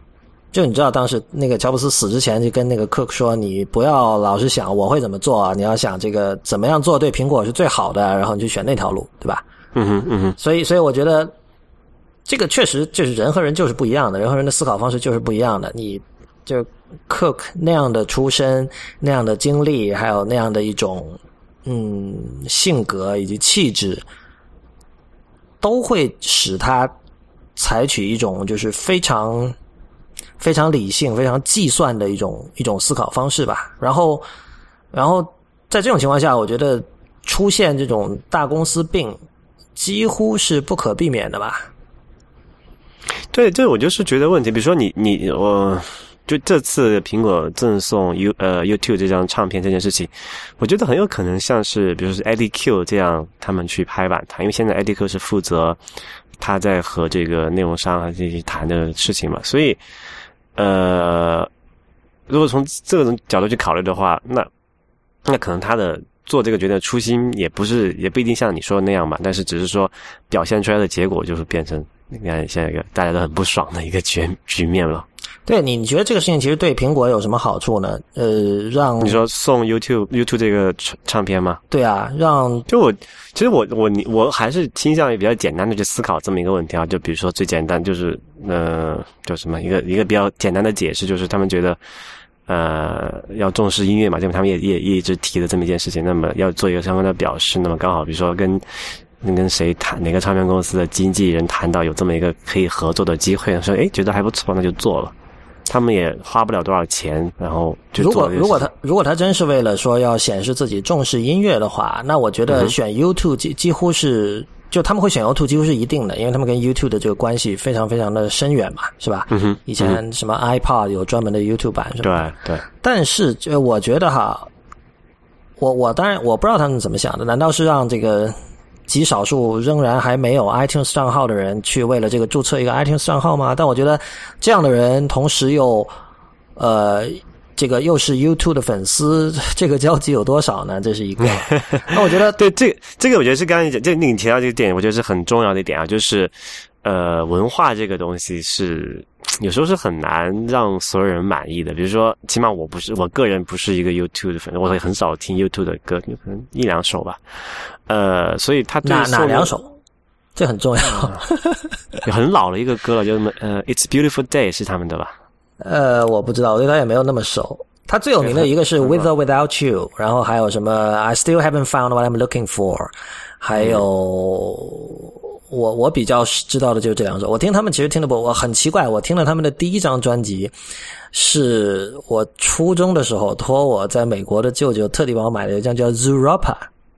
S1: 就你知道当时那个乔布斯死之前就跟那个 Cook 说，你不要老是想我会怎么做，你要想这个怎么样做对苹果是最好的，然后你就选那条路，对吧？
S2: 嗯哼嗯哼。
S1: 所以所以我觉得这个确实就是人和人就是不一样的，人和人的思考方式就是不一样的。你就 Cook 那样的出身，那样的经历，还有那样的一种嗯性格以及气质，都会使他采取一种就是非常非常理性、非常计算的一种一种思考方式吧。然后，然后在这种情况下，我觉得出现这种大公司病几乎是不可避免的吧。
S2: 对，这我就是觉得问题。比如说你你我。就这次苹果赠送 U 呃 YouTube 这张唱片这件事情，我觉得很有可能像是比如说 Eddie Q 这样他们去拍板谈，因为现在 Eddie Q 是负责他在和这个内容商啊这些谈的事情嘛，所以呃如果从这种角度去考虑的话，那那可能他的做这个决定的初心也不是也不一定像你说的那样吧，但是只是说表现出来的结果就是变成你看现在一个大家都很不爽的一个局局面了。
S1: 对，你觉得这个事情其实对苹果有什么好处呢？呃，让
S2: 你说送 YouTube YouTube 这个唱片吗？
S1: 对啊，让
S2: 就我其实我我我还是倾向于比较简单的去思考这么一个问题啊，就比如说最简单就是呃叫什么一个一个比较简单的解释，就是他们觉得呃要重视音乐嘛，这个他们也也也一直提的这么一件事情，那么要做一个相关的表示，那么刚好比如说跟跟谁谈哪个唱片公司的经纪人谈到有这么一个可以合作的机会，说诶觉得还不错，那就做了。他们也花不了多少钱，然后就做这个事情。
S1: 如果如果他如果他真是为了说要显示自己重视音乐的话，那我觉得选 YouTube 几几乎是就他们会选 YouTube 几乎是一定的，因为他们跟 YouTube 的这个关系非常非常的深远嘛，是吧？
S2: 嗯哼，
S1: 以前什么 iPod 有专门的 YouTube 版什么的。
S2: 对对。
S1: 但是就我觉得哈，我我当然我不知道他们怎么想的，难道是让这个极少数仍然还没有 iTunes 账号的人去为了这个注册一个 iTunes 账号吗？但我觉得这样的人同时又呃这个又是 YouTube 的粉丝，这个交集有多少呢？这是一个。那我觉得
S2: 对这这个我觉得是刚才你讲，这你提到这个点，我觉得是很重要的一点啊，就是呃文化这个东西是有时候是很难让所有人满意的。比如说起码我不是我个人不是一个 YouTube 的粉丝，我很少听 YouTube 的歌，可能一两首吧。呃所以他对
S1: 哪哪两首这很重要。
S2: 有很老的一个歌了，就是呃 It's Beautiful Day 是他们的吧？
S1: 呃我不知道，我对他也没有那么熟。他最有名的一个是 With or Without You， 然后还有什么 I Still Haven't Found What I'm Looking For， 还有、嗯、我我比较知道的就是这两首。我听他们其实听的不，我很奇怪，我听了他们的第一张专辑是我初中的时候托我在美国的舅舅特地帮我买的一张叫 Zooropa。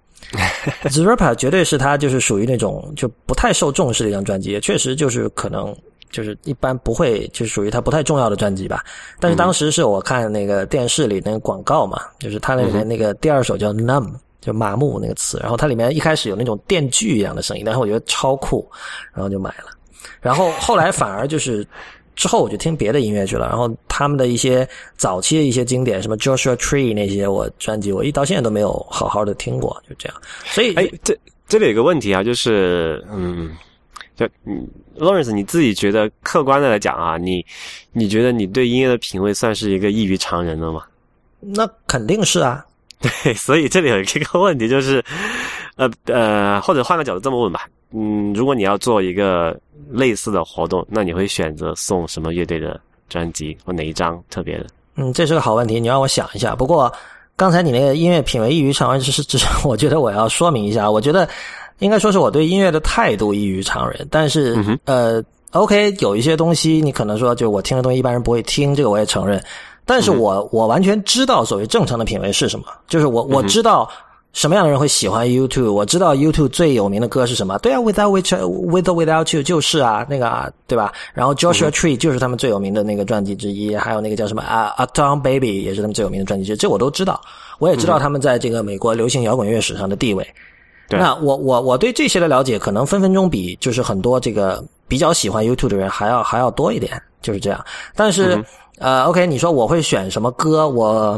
S1: Zooropa 绝对是他就是属于那种就不太受重视的一张专辑，确实就是可能就是一般不会，就是属于他不太重要的专辑吧。但是当时是我看那个电视里那个广告嘛，就是他那里面那个第二首叫 numb， 就麻木那个词，然后它里面一开始有那种电锯一样的声音，但是我觉得超酷，然后就买了。然后后来反而就是之后我就听别的音乐去了，然后他们的一些早期的一些经典什么 Joshua Tree 那些我专辑我一到现在都没有好好的听过，就这样。所以
S2: 哎，这这里有个问题啊，就是嗯就嗯 Lawrence 你自己觉得客观的来讲啊，你你觉得你对音乐的品味算是一个异于常人的吗？
S1: 那肯定是啊。
S2: 对，所以这里有一个问题就是呃呃或者换个角度这么问吧，嗯如果你要做一个类似的活动，那你会选择送什么乐队的专辑或哪一张特别的？
S1: 嗯，这是个好问题，你让我想一下。不过刚才你那个音乐品味异于常人，只是只是我觉得我要说明一下，我觉得应该说是我对音乐的态度异于常人。但是、嗯、呃 OK 有一些东西你可能说就我听的东西一般人不会听，这个我也承认。但是我、嗯、我完全知道所谓正常的品味是什么，就是我我知道什么样的人会喜欢 YouTube， 我知道 YouTube 最有名的歌是什么。对啊 Without Which With or Without You 就是啊那个啊对吧，然后 Joshua Tree 就是他们最有名的那个专辑之一、嗯、还有那个叫什么啊 Uptown Baby 也是他们最有名的专辑之一，这我都知道，我也知道他们在这个美国流行摇滚乐史上的地位、嗯、那我我我对这些的了解可能分分钟比就是很多这个比较喜欢 YouTube 的人还要还要多一点，就是这样。但是、嗯、呃 OK 你说我会选什么歌，我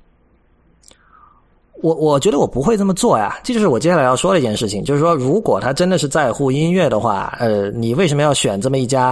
S1: 我我觉得我不会这么做呀，这就是我接下来要说的一件事情，就是说如果他真的是在乎音乐的话，呃，你为什么要选这么一家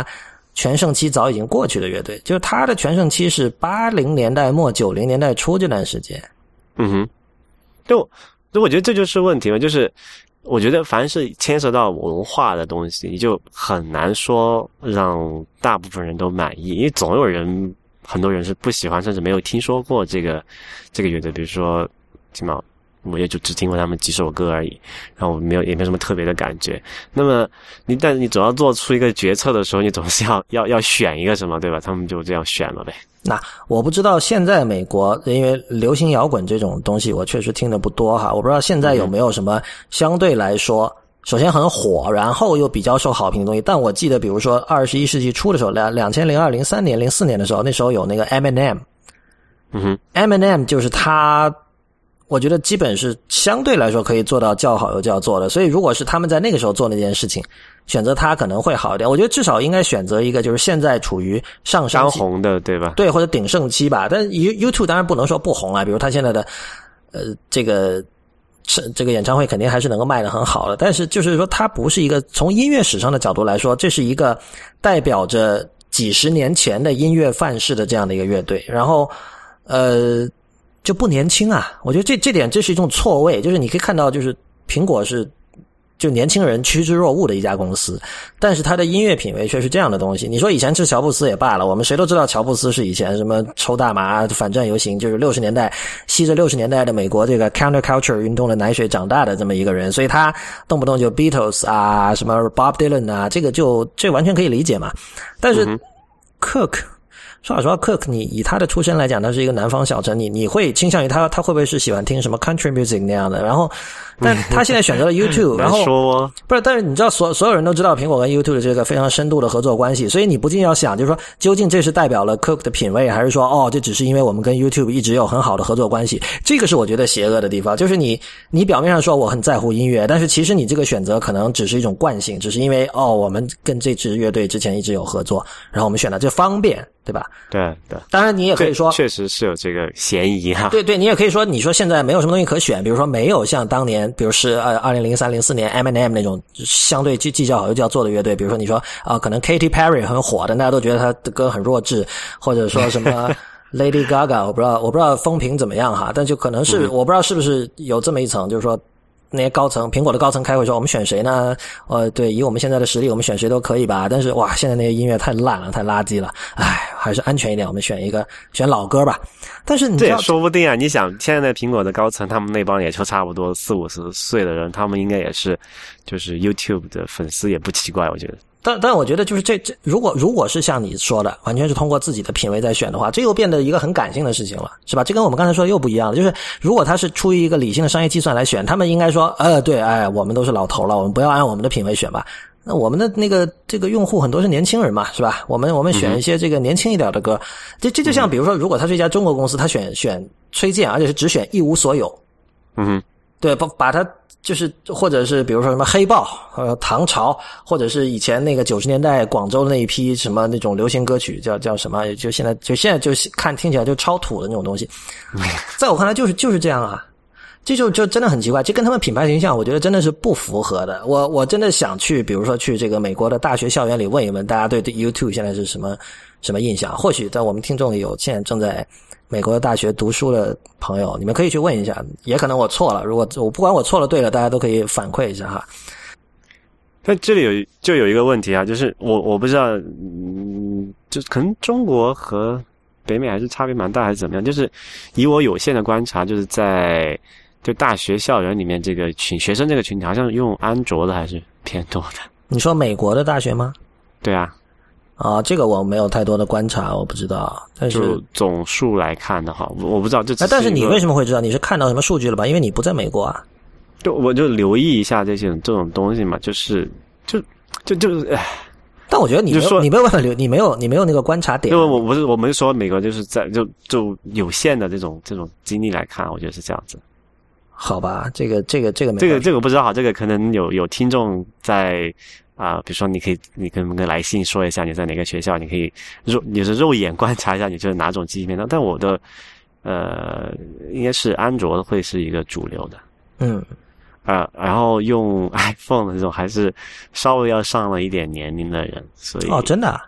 S1: 全盛期早已经过去的乐队，就是他的全盛期是八零年代末九零年代初这段时间。
S2: 嗯哼，就就我觉得这就是问题了，就是我觉得凡是牵涉到文化的东西，你就很难说让大部分人都满意，因为总有人很多人是不喜欢甚至没有听说过这个这个乐队，比如说起码我也就只听过他们几首歌而已，然后没有也没有什么特别的感觉。那么你但是你总要做出一个决策的时候，你总是要要要选一个什么，对吧？他们就这样选了呗。
S1: 那我不知道现在美国，因为流行摇滚这种东西我确实听得不多哈，我不知道现在有没有什么相对来说首先很火然后又比较受好评的东西。但我记得比如说二十一世纪初的时候，两千零二零三年零四年的时候，那时候有那个 Eminem。
S2: 嗯哼
S1: Eminem 就是他，我觉得基本是相对来说可以做到叫好又叫座的，所以如果是他们在那个时候做那件事情，选择他可能会好一点。我觉得至少应该选择一个就是现在处于上升期
S2: 当红的，对吧？
S1: 对，或者鼎盛期吧。但 YouTube 当然不能说不红了，比如他现在的呃这个这个演唱会肯定还是能够卖得很好的，但是就是说它不是一个从音乐史上的角度来说，这是一个代表着几十年前的音乐范式的这样的一个乐队，然后呃就不年轻啊。我觉得这这点这是一种错位，就是你可以看到就是苹果是就年轻人趋之若鹜的一家公司，但是他的音乐品味却是这样的东西。你说以前是乔布斯也罢了，我们谁都知道乔布斯是以前什么抽大麻反战游行，就是六十年代吸着六十年代的美国这个 counterculture 运动的奶水长大的这么一个人，所以他动不动就 Beatles 啊什么 Bob Dylan 啊，这个就这完全可以理解嘛。但是 Cook、嗯说老实话 ，Cook 你以他的出身来讲，他是一个南方小城，你你会倾向于他，他会不会是喜欢听什么 country music 那样的？然后，但他现在选择了 YouTube， 然后
S2: 说
S1: 不是，但是你知道所所有人都知道苹果跟 YouTube 的这个非常深度的合作关系，所以你不禁要想，就是说究竟这是代表了 Cook 的品味，还是说哦，这只是因为我们跟 YouTube 一直有很好的合作关系？这个是我觉得邪恶的地方，就是你你表面上说我很在乎音乐，但是其实你这个选择可能只是一种惯性，只是因为哦，我们跟这支乐队之前一直有合作，然后我们选了这方便。对吧？
S2: 对对，
S1: 当然你也可以说，
S2: 确实是有这个嫌疑哈、啊。
S1: 对对，你也可以说，你说现在没有什么东西可选，比如说没有像当年，比如是呃二零零三零四年 Eminem 那种相对既既叫好又叫座的乐队，比如说你说啊、呃，可能 Katy Perry 很火的，大家都觉得他的歌很弱智，或者说什么 Lady Gaga， 我不知道我不知道风评怎么样哈，但就可能是、嗯、我不知道是不是有这么一层，就是说。那些高层，苹果的高层开会说我们选谁呢？呃，对，以我们现在的实力，我们选谁都可以吧。但是哇，现在那些音乐太烂了，太垃圾了。唉，还是安全一点，我们选一个选老歌吧。但是你
S2: 这也说不定啊！你想，现在苹果的高层，他们那帮也就差不多四五十岁的人，他们应该也是，就是 YouTube 的粉丝，也不奇怪，我觉得。
S1: 但但我觉得就是这这，如果如果是像你说的，完全是通过自己的品味在选的话，这又变得一个很感性的事情了，是吧？这跟我们刚才说的又不一样了。就是如果他是出于一个理性的商业计算来选，他们应该说，呃，对，哎，我们都是老头了，我们不要按我们的品味选吧。那我们的那个这个用户很多是年轻人嘛，是吧？我们我们选一些这个年轻一点的歌。嗯、这这就像比如说，如果他是一家中国公司，他选选崔健，而且是只选一无所有。
S2: 嗯哼，
S1: 对，把把他。就是或者是比如说什么黑豹呃唐朝，或者是以前那个九十年代广州的那一批什么那种流行歌曲叫叫什么，就现在就现在就看听起来就超土的那种东西，在我看来就是就是这样啊。这就就真的很奇怪，这跟他们品牌形象我觉得真的是不符合的。我我真的想去比如说去这个美国的大学校园里问一问大家对 YouTube 现在是什么什么印象，或许在我们听众里有现在正在美国的大学读书的朋友，你们可以去问一下，也可能我错了，如果我不管我错了对了，大家都可以反馈一下哈。
S2: 但这里有就有一个问题啊，就是我我不知道，嗯，就可能中国和北美还是差别蛮大，还是怎么样？就是以我有限的观察，就是在就大学校园里面这个群学生这个群体，好像用安卓的还是偏多的。
S1: 你说美国的大学吗？
S2: 对啊。
S1: 啊，这个我没有太多的观察，我不知道。但是
S2: 就总数来看的话，我不知道这只是。
S1: 但是你为什么会知道？你是看到什么数据了吧？因为你不在美国啊。
S2: 就我就留意一下这些这种东西嘛，就是就就就唉。
S1: 但我觉得你没有你没有办法留，你没有你没有那个观察点。
S2: 因为我不是我们说美国就是在就就有限的这种这种经历来看，我觉得是这样子。
S1: 好吧，这个这个这个没
S2: 这个这个不知道哈，这个可能有有听众在。啊，比如说你可以，你跟跟来信说一下你在哪个学校，你可以肉也是肉眼观察一下你是哪种机器面的。但我的呃，应该是安卓会是一个主流的，
S1: 嗯，
S2: 啊，然后用 iPhone 的这种还是稍微要上了一点年龄的人，所以
S1: 哦，真的、啊，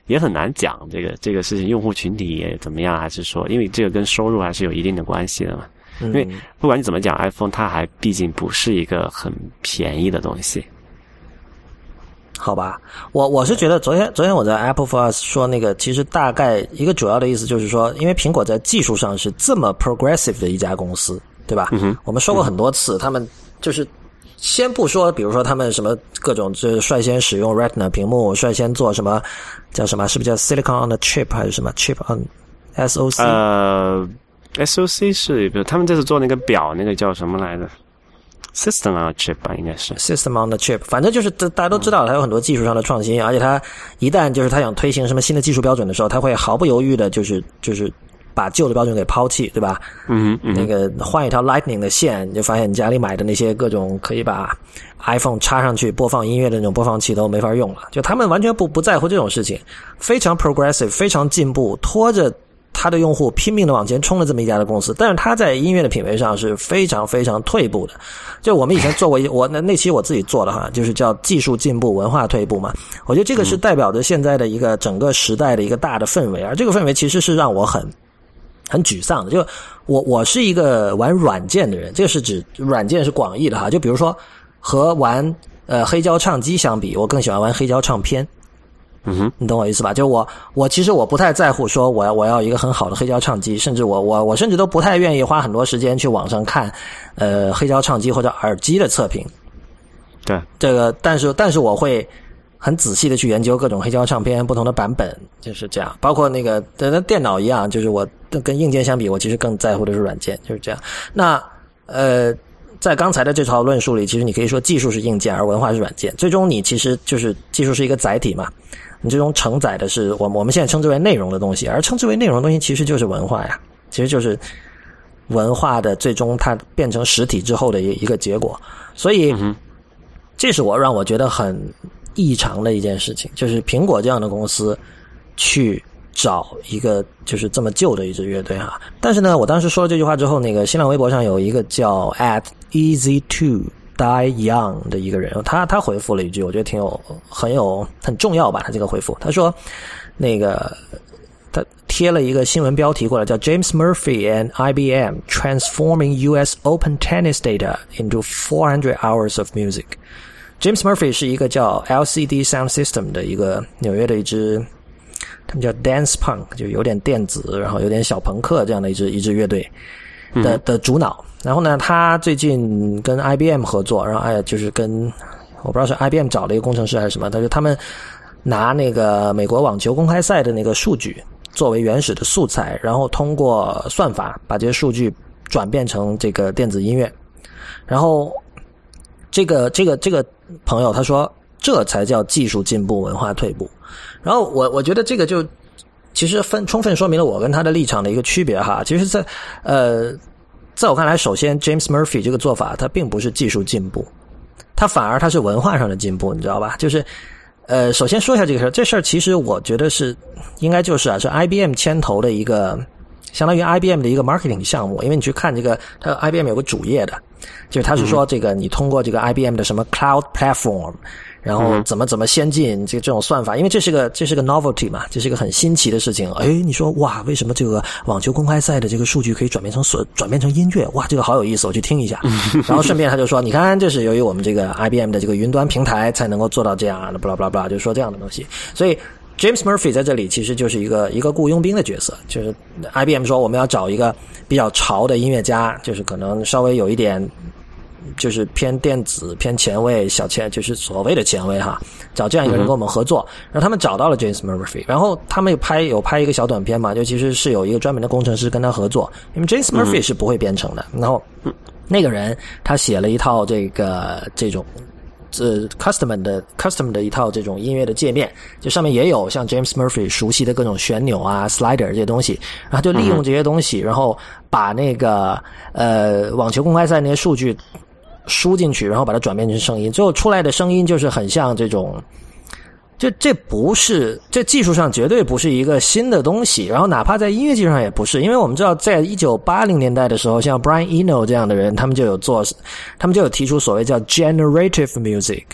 S2: 也很难讲这个这个事情用户群体也怎么样，还是说因为这个跟收入还是有一定的关系的嘛。因为不管你怎么讲 iPhone 它还毕竟不是一个很便宜的东西。
S1: 好吧，我我是觉得昨天昨天我在 Apple for Us 说那个，其实大概一个主要的意思就是说，因为苹果在技术上是这么 progressive 的一家公司，对吧？
S2: 嗯、
S1: 我们说过很多次，嗯、他们就是先不说，比如说他们什么各种，就是率先使用 Retina 屏幕，率先做什么叫什么，是不是叫 Silicon on the Chip 还是什么 Chip on S O C？
S2: 呃 ，S O C 是，比如他们这次做那个表，那个叫什么来着？System on a Chip 吧，应该是
S1: System on the Chip， 反正就是大家都知道它有很多技术上的创新，而且它一旦就是它想推行什么新的技术标准的时候，它会毫不犹豫的，就是就是把旧的标准给抛弃，对吧？
S2: 嗯嗯。
S1: 那个换一条 Lightning 的线，你就发现你家里买的那些各种可以把 iPhone 插上去播放音乐的那种播放器都没法用了，就他们完全不不在乎这种事情，非常 progressive， 非常进步，拖着他的用户拼命的往前冲的这么一家的公司，但是他在音乐的品味上是非常非常退步的。就我们以前做过一我那那期我自己做的哈，就是叫技术进步文化退步嘛。我觉得这个是代表着现在的一个整个时代的一个大的氛围，而这个氛围其实是让我很很沮丧的。就我我是一个玩软件的人，这个是指软件是广义的哈。就比如说和玩呃黑胶唱机相比，我更喜欢玩黑胶唱片。
S2: 嗯哼，
S1: 你懂我意思吧？就我，我其实我不太在乎说我要我要一个很好的黑胶唱机，甚至我我我甚至都不太愿意花很多时间去网上看，呃，黑胶唱机或者耳机的测评。
S2: 对，
S1: 这个，但是但是我会很仔细的去研究各种黑胶唱片不同的版本，就是这样。包括那个跟电脑一样，就是我跟硬件相比，我其实更在乎的是软件，就是这样。那呃。在刚才的这套论述里，其实你可以说技术是硬件，而文化是软件。最终你其实就是技术是一个载体嘛，你最终承载的是我们我们现在称之为内容的东西，而称之为内容的东西其实就是文化呀，其实就是文化的最终它变成实体之后的一个结果。所以这是我让我觉得很异常的一件事情，就是苹果这样的公司去找一个就是这么旧的一支乐队哈。但是呢，我当时说了这句话之后，那个新浪微博上有一个叫 at easy to die young 的一个人，他他回复了一句，我觉得挺有很有很重要吧，他这个回复，他说那个他贴了一个新闻标题过来，叫 James Murphy and I B M transforming U S Open Tennis data into four hundred hours of music。James Murphy 是一个叫 L C D Sound System 的一个纽约的一支，他们叫 Dance Punk， 就有点电子，然后有点小朋克这样的一支一支乐队的的主脑。然后呢，他最近跟 I B M 合作，然后哎，就是跟我不知道是 I B M 找了一个工程师还是什么，但是他们拿那个美国网球公开赛的那个数据作为原始的素材，然后通过算法把这些数据转变成这个电子音乐。然后这个这个这个朋友他说，这才叫技术进步，文化退步。然后我我觉得这个就其实分充分说明了我跟他的立场的一个区别哈。其实在呃。在我看来，首先 James Murphy 这个做法它并不是技术进步，它反而它是文化上的进步，你知道吧？就是呃首先说一下这个事儿，这事儿其实我觉得是应该就是啊是 I B M 牵头的一个相当于 I B M 的一个 marketing 项目，因为你去看这个它 I B M 有个主页的，就是它是说这个你通过这个 I B M 的什么 cloud platform，然后怎么怎么先进这这种算法，因为这是个这是个 novelty 嘛，这是个很新奇的事情。哎，你说哇，为什么这个网球公开赛的这个数据可以转变成转变成音乐？哇，这个好有意思，我去听一下。然后顺便他就说，你看，这是由于我们这个 I B M 的这个云端平台才能够做到这样的，巴拉巴拉巴拉，就说这样的东西。所以 James Murphy 在这里其实就是一个一个雇佣兵的角色，就是 I B M 说我们要找一个比较潮的音乐家，就是可能稍微有一点。就是偏电子偏前卫小前就是所谓的前卫哈，找这样一个人跟我们合作，然后他们找到了 James Murphy， 然后他们有拍有拍一个小短片嘛，就其实是有一个专门的工程师跟他合作，因为 James Murphy 是不会编程的，然后那个人他写了一套这个这种呃 custom 的 custom 的一套这种音乐的界面，就上面也有像 James Murphy 熟悉的各种旋钮啊 slider 这些东西，然后就利用这些东西，然后把那个呃网球公开赛那些数据输进去，然后把它转变成声音，最后出来的声音就是很像这种，就这不是这技术上绝对不是一个新的东西，然后哪怕在音乐技术上也不是，因为我们知道在一九八零年代的时候，像 Brian Eno 这样的人，他们就有做，他们就有提出所谓叫 generative music，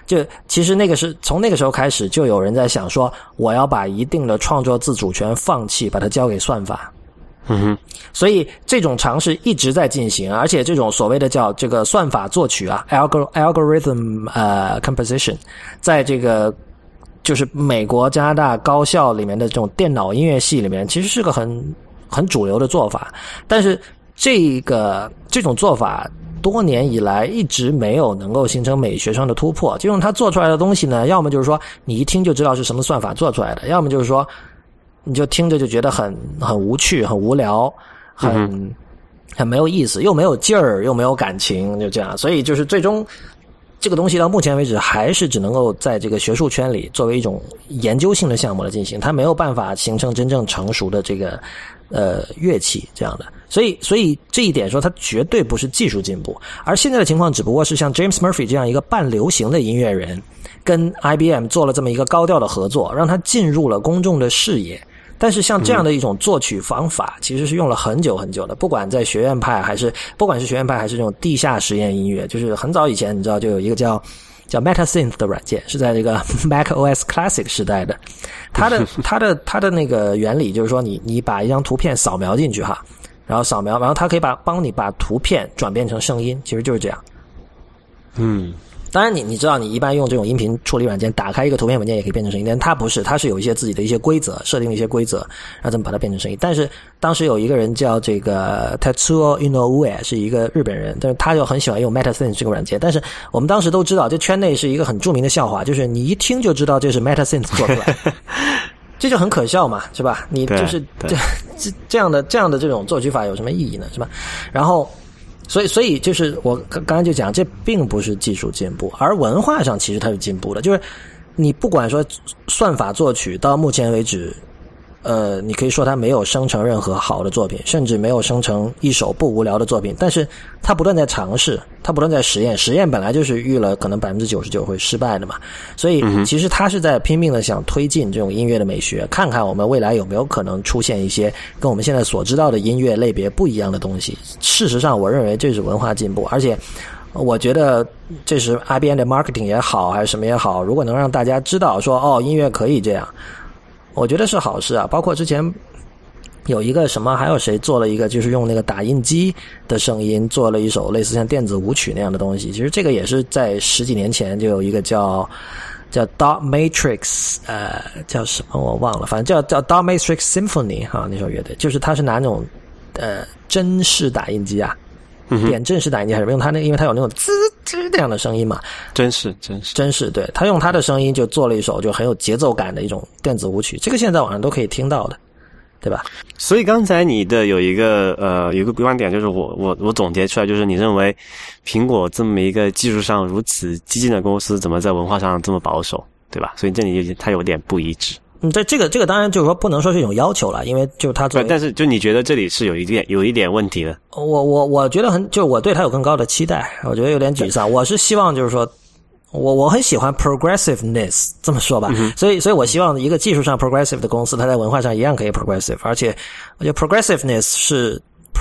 S1: 就其实那个是从那个时候开始，就有人在想说，我要把一定的创作自主权放弃，把它交给算法。
S2: 嗯哼，
S1: 所以这种尝试一直在进行，而且这种所谓的叫这个算法作曲啊 ，algor algorithm 呃 composition， 在这个就是美国、加拿大高校里面的这种电脑音乐系里面，其实是个很很主流的做法。但是这个这种做法多年以来一直没有能够形成美学上的突破。这种他做出来的东西呢，要么就是说你一听就知道是什么算法做出来的，要么就是说你就听着就觉得很很无趣、很无聊、很、嗯、很没有意思，又没有劲儿，又没有感情，就这样。所以就是最终这个东西到目前为止还是只能够在这个学术圈里作为一种研究性的项目来进行，它没有办法形成真正成熟的这个呃乐器这样的。所以所以这一点说它绝对不是技术进步，而现在的情况只不过是像 James Murphy 这样一个半流行的音乐人跟 I B M 做了这么一个高调的合作，让他进入了公众的视野。但是像这样的一种作曲方法其实是用了很久很久的，不管在学院派还是不管是学院派还是这种地下实验音乐，就是很早以前你知道就有一个叫叫 MetaSynth 的软件，是在这个 Mac O S Classic 时代的。它的它的它的那个原理就是说你你把一张图片扫描进去哈，然后扫描，然后它可以把帮你把图片转变成声音，其实就是这样。
S2: 嗯。
S1: 当然你你知道你一般用这种音频处理软件打开一个图片文件也可以变成声音，但它不是，它是有一些自己的一些规则，设定的一些规则，然后怎么把它变成声音。但是当时有一个人叫这个 Tetsuo Inoue， 是一个日本人，但是他就很喜欢用 MetaSynth 这个软件。但是我们当时都知道这圈内是一个很著名的笑话，就是你一听就知道这是 MetaSynth 做出来的这就很可笑嘛，是吧？你就是这这这样的这样的这种作曲法有什么意义呢，是吧？然后所以，所以就是我刚刚才就讲，这并不是技术进步，而文化上其实它是进步的。就是你不管说算法作曲到目前为止，呃，你可以说它没有生成任何好的作品，甚至没有生成一首不无聊的作品，但是它不断在尝试，它不断在实验，实验本来就是预了可能 百分之九十九 会失败的嘛，所以其实它是在拼命的想推进这种音乐的美学，看看我们未来有没有可能出现一些跟我们现在所知道的音乐类别不一样的东西。事实上我认为这是文化进步，而且我觉得这是 I B M 的 marketing 也好还是什么也好，如果能让大家知道说哦音乐可以这样，我觉得是好事啊。包括之前有一个什么还有谁做了一个就是用那个打印机的声音做了一首类似像电子舞曲那样的东西，其实这个也是在十几年前就有一个叫叫 Dot Matrix 呃叫什么我忘了，反正叫叫 Dot Matrix Symphony 哈，那首乐队就是他是拿那种呃针式打印机啊，点阵式打印机还是用它那，因为它有那种滋滋这样的声音嘛。
S2: 真是真是
S1: 真是，对，他用他的声音就做了一首就很有节奏感的一种电子舞曲，这个现在网上都可以听到的，对吧？
S2: 所以刚才你的有一个呃有一个观点，就是我我我总结出来，就是你认为苹果这么一个技术上如此激进的公司，怎么在文化上这么保守，对吧？所以这里它有点不一致。
S1: 嗯，这这个这个当然就是说不能说是一种要求了，因为就是他作为，
S2: 但是就你觉得这里是有一点有一点问题的。
S1: 我我我觉得很，就我对他有更高的期待，我觉得有点沮丧。我是希望就是说，我我很喜欢 progressiveness 这么说吧，嗯、所以所以我希望一个技术上 progressive 的公司，它在文化上一样可以 progressive， 而且我觉得 progressiveness 是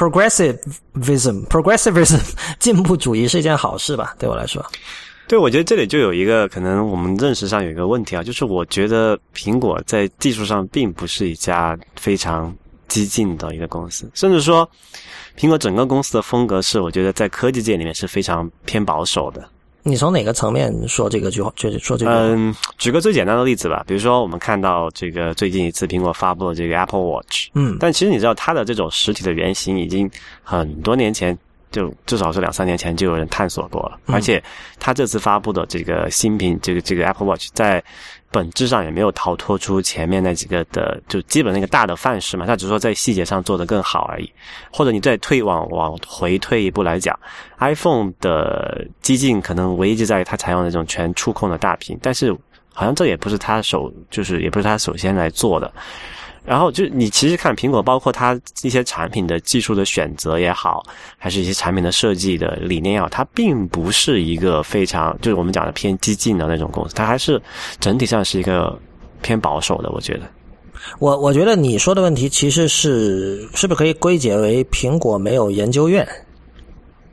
S1: progressivism progressivism 进步主义是一件好事吧，对我来说。
S2: 对，我觉得这里就有一个可能我们认识上有一个问题啊，就是我觉得苹果在技术上并不是一家非常激进的一个公司，甚至说苹果整个公司的风格是我觉得在科技界里面是非常偏保守的。
S1: 你从哪个层面说这个句话？就是说这个？
S2: 嗯，举个最简单的例子吧，比如说我们看到这个最近一次苹果发布了这个 Apple Watch， 嗯，但其实你知道它的这种实体的原型已经很多年前。就至少是两三年前就有人探索过了，而且他这次发布的这个新品，这个这个 Apple Watch 在本质上也没有逃脱出前面那几个的就基本那个大的范式嘛，他只是说在细节上做得更好而已。或者你再退往往回退一步来讲 ，iPhone 的激进可能唯一就在于它采用那种全触控的大屏，但是好像这也不是他首就是也不是他首先来做的。然后就你其实看苹果，包括它一些产品的技术的选择也好，还是一些产品的设计的理念也好，它并不是一个非常就是我们讲的偏激进的那种公司，它还是整体上是一个偏保守的。我觉得，
S1: 我我觉得你说的问题其实是是不是可以归结为苹果没有研究院？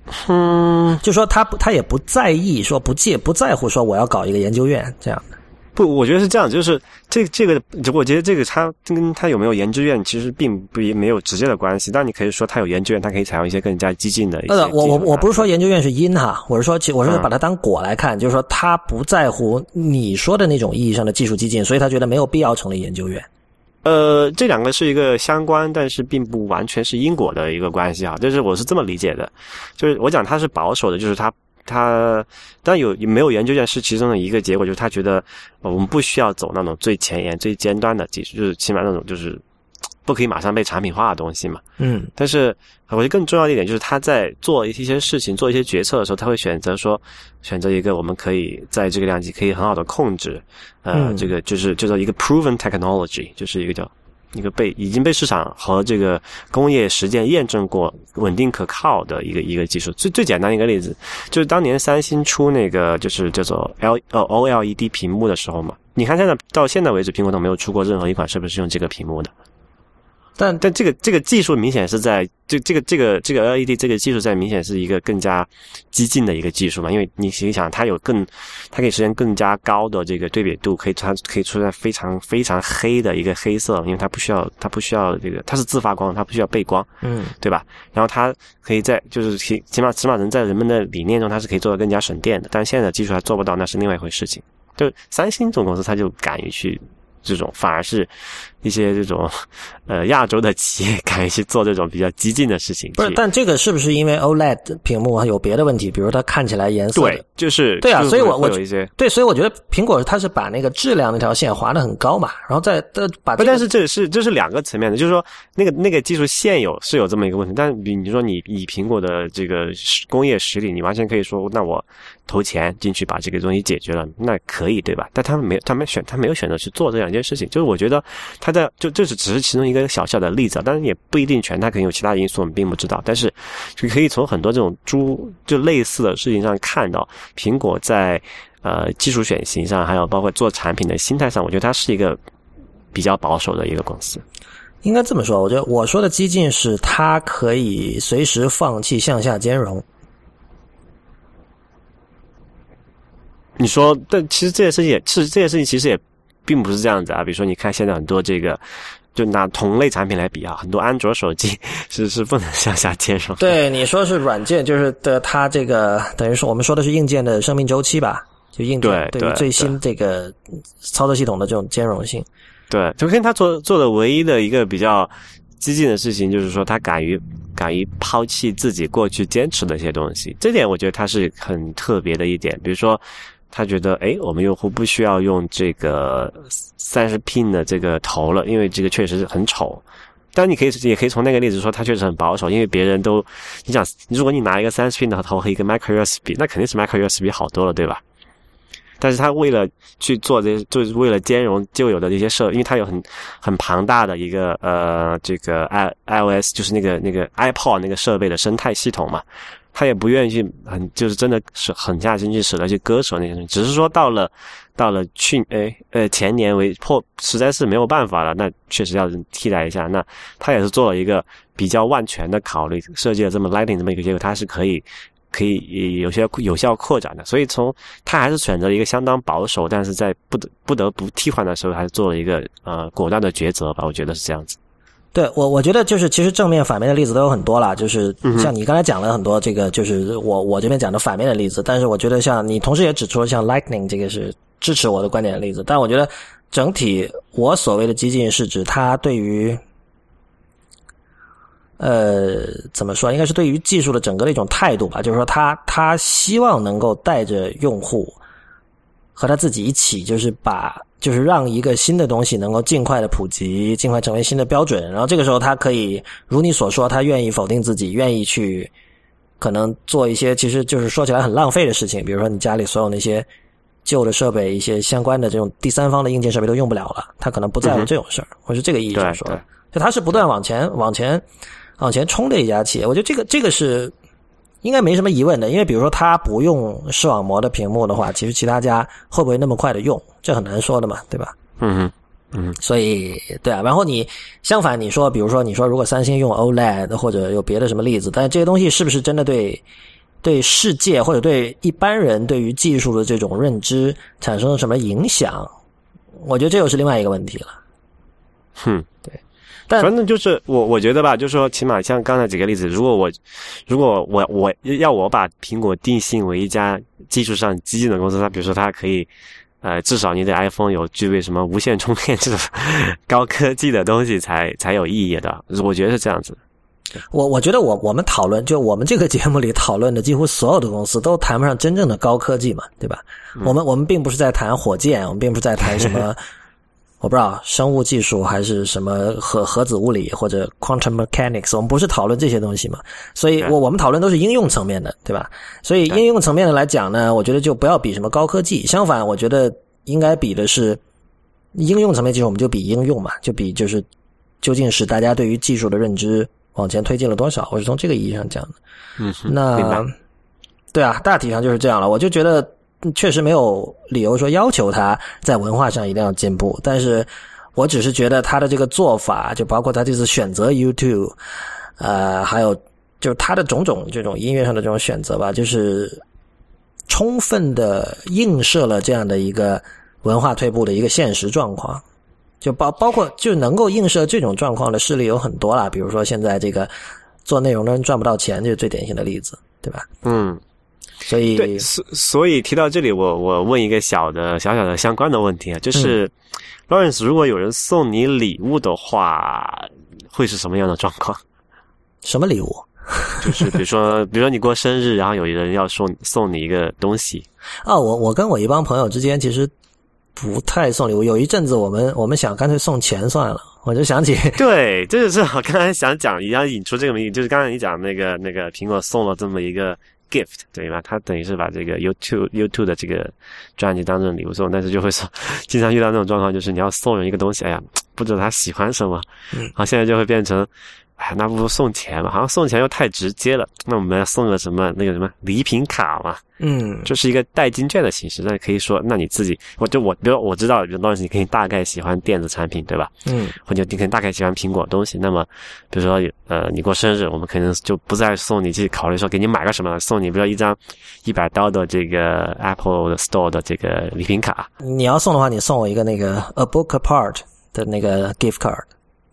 S1: 嗯，就说他他也不在意说不介不在乎说我要搞一个研究院这样的。
S2: 不，我觉得是这样，就是这这个，我觉得这个他跟他有没有研究院其实并不没有直接的关系。但你可以说他有研究院，他可以采用一些更加激进的一些。
S1: 呃，我我我不是说研究院是因哈，我是说我是把它当果来看，嗯、就是说他不在乎你说的那种意义上的技术激进，所以他觉得没有必要成立研究院。
S2: 呃，这两个是一个相关，但是并不完全是因果的一个关系啊，就是我是这么理解的，就是我讲他是保守的，就是他。他当然有没有研究院是其中的一个结果，就是他觉得我们不需要走那种最前沿、最尖端的技术，就是起码那种就是不可以马上被产品化的东西嘛。嗯。但是我觉得更重要的一点就是他在做一些事情、做一些决策的时候，他会选择说选择一个我们可以在这个量级可以很好的控制，呃，嗯、这个就是叫做一个 proven technology， 就是一个叫。一个被已经被市场和这个工业实践验证过稳定可靠的一个一个技术。最最简单的一个例子，就是当年三星出那个就是叫做 L 呃 O L E D 屏幕的时候嘛，你看现在到现在为止，苹果都没有出过任何一款是不是用这个屏幕的。但但这个这个技术明显是在这这个这个这个 L E D 这个技术在明显是一个更加激进的一个技术嘛，因为你想想它有更它可以实现更加高的这个对比度，可以它可以出现非常非常黑的一个黑色，因为它不需要它不需要这个它是自发光，它不需要背光，嗯，对吧？然后它可以在就是起起码起码能在人们的理念中它是可以做得更加省电的，但是现在的技术还做不到，那是另外一回事情。就三星这种公司它就敢于去这种，反而是一些这种呃亚洲的企业敢于去做这种比较激进的事情。
S1: 不是，但这个是不是因为 O L E D 屏幕有别的问题？比如它看起来颜色
S2: 对，就是
S1: 对啊，所以我我
S2: 有一些
S1: 对，所以我觉得苹果它是把那个质量那条线划得很高嘛，然后再把、这个。
S2: 但是这是这是两个层面的，就是说那个那个技术现有是有这么一个问题，但比你说你以苹果的这个工业实力，你完全可以说那我投钱进去把这个东西解决了，那可以对吧？但他们没有，他们选他没有选择去做这两件事情，就是我觉得他在就这是只是其中一个小小的例子，当然也不一定全，他可能有其他因素我们并不知道，但是就可以从很多这种诸就类似的事情上看到苹果在呃技术选型上，还有包括做产品的心态上，我觉得它是一个比较保守的一个公司。
S1: 应该这么说，我觉得我说的激进是它可以随时放弃向下兼容。
S2: 你说，但其实这件事情也是这件事情其实也并不是这样子啊。比如说，你看现在很多这个，就拿同类产品来比啊，很多安卓手机是是不能向下兼容的。
S1: 对，你说是软件，就是的，它这个等于说我们说的是硬件的生命周期吧，就硬件对于最新这个操作系统的这种兼容性。
S2: 对，就跟他做做的唯一的一个比较激进的事情，就是说他敢于敢于抛弃自己过去坚持的一些东西，这点我觉得他是很特别的一点。比如说，他觉得，诶，我们用户不需要用这个三十 pin 的这个头了，因为这个确实是很丑。但你可以也可以从那个例子说，他确实很保守，因为别人都，你想，如果你拿一个三十 pin 的头和一个 micro U S B， 那肯定是 micro U S B 好多了，对吧？但是他为了去做这，就是为了兼容旧有的这些设，因为它有很很庞大的一个呃这个 i iOS 就是那个那个 iPod 那个设备的生态系统嘛，他也不愿意去很就是真的是狠下心去舍得去割舍那些东西，只是说到了到了去诶呃前年为破实在是没有办法了，那确实要替代一下，那他也是做了一个比较万全的考虑，设计了这么 Lightning 这么一个结果，它是可以。可以有些有效扩展的，所以从他还是选择了一个相当保守，但是在不得不得不替换的时候，还是做了一个呃果断的抉择吧。我觉得是这样子。
S1: 对，我我觉得就是其实正面反面的例子都有很多啦，就是像你刚才讲了很多这个就是我我这边讲的反面的例子，但是我觉得像你同时也指出了像 Lightning 这个是支持我的观点的例子，但我觉得整体我所谓的激进是指它对于。呃，怎么说？应该是对于技术的整个的一种态度吧。就是说他，他他希望能够带着用户和他自己一起，就是把，就是让一个新的东西能够尽快的普及，尽快成为新的标准。然后这个时候，他可以如你所说，他愿意否定自己，愿意去可能做一些其实就是说起来很浪费的事情，比如说你家里所有那些旧的设备，一些相关的这种第三方的硬件设备都用不了了，他可能不在乎这种事儿。嗯、我是这个意义上说的，就他是不断往前往前。往前冲的一家企业，我觉得这个这个是应该没什么疑问的，因为比如说它不用视网膜的屏幕的话，其实其他家会不会那么快的用，这很难说的嘛，对吧？
S2: 嗯哼， 嗯，
S1: 所以对啊，然后你相反你说，比如说你说如果三星用 O L E D 或者有别的什么例子，但这些东西是不是真的对对世界或者对一般人对于技术的这种认知产生了什么影响？我觉得这又是另外一个问题了。
S2: 哼，
S1: 对。但
S2: 反正就是我我觉得吧，就是说起码像刚才几个例子，如果我如果我我要我把苹果定性为一家技术上激进的公司，它比如说它可以呃，至少你的 iPhone 有具备什么无线充电这种高科技的东西才才有意义的，我觉得是这样子。
S1: 我我觉得我我们讨论，就我们这个节目里讨论的几乎所有的公司都谈不上真正的高科技嘛，对吧？嗯、我们我们并不是在谈火箭，我们并不是在谈什么我不知道生物技术还是什么核核子物理或者 quantum mechanics， 我们不是讨论这些东西嘛，所以我我们讨论都是应用层面的，对吧？所以应用层面的来讲呢，我觉得就不要比什么高科技，相反我觉得应该比的是应用层面技术，我们就比应用嘛，就比就是究竟是大家对于技术的认知往前推进了多少，我是从这个意义上讲的。
S2: 嗯，
S1: 那对啊，大体上就是这样了。我就觉得确实没有理由说要求他在文化上一定要进步，但是我只是觉得他的这个做法，就包括他这次选择 YouTube， 呃，还有就是他的种种这种音乐上的这种选择吧，就是充分的映射了这样的一个文化退步的一个现实状况。就包包括就能够映射这种状况的事例有很多啦，比如说现在这个做内容的人赚不到钱，这是最典型的例子，对吧？
S2: 嗯。
S1: 所以
S2: 对，所所以提到这里，我我问一个小的小小的相关的问题啊，就是、嗯、Lawrence， 如果有人送你礼物的话，会是什么样的状况？
S1: 什么礼物？
S2: 就是比如说，比如说你过生日，然后有人要送送你一个东西。
S1: 啊、哦，我我跟我一帮朋友之间其实不太送礼物，有一阵子我们我们想干脆送钱算了，我就想起
S2: 对，这就是我刚才想讲，也要引出这个名义，就是刚才你讲那个那个苹果送了这么一个。gift 对吧？他等于是把这个 YouTube YouTube 的这个专辑当成礼物送，但是就会说，经常遇到那种状况，就是你要送人一个东西，哎呀，不知道他喜欢什么，嗯，然后现在就会变成，哎，那不如送钱吧，好像送钱又太直接了，那我们要送个什么那个什么礼品卡嘛，嗯，就是一个代金券的形式，那可以说，那你自己，我就我，比如我知道，比如当时你可以大概喜欢电子产品，对吧？嗯，或者你可以大概喜欢苹果东西，那么比如说呃，你过生日，我们可能就不再送你去考虑说给你买个什么，送你比如说一张一百刀的这个 Apple Store 的这个礼品卡。
S1: 你要送的话，你送我一个那个 A Book Apart 的那个 gift card。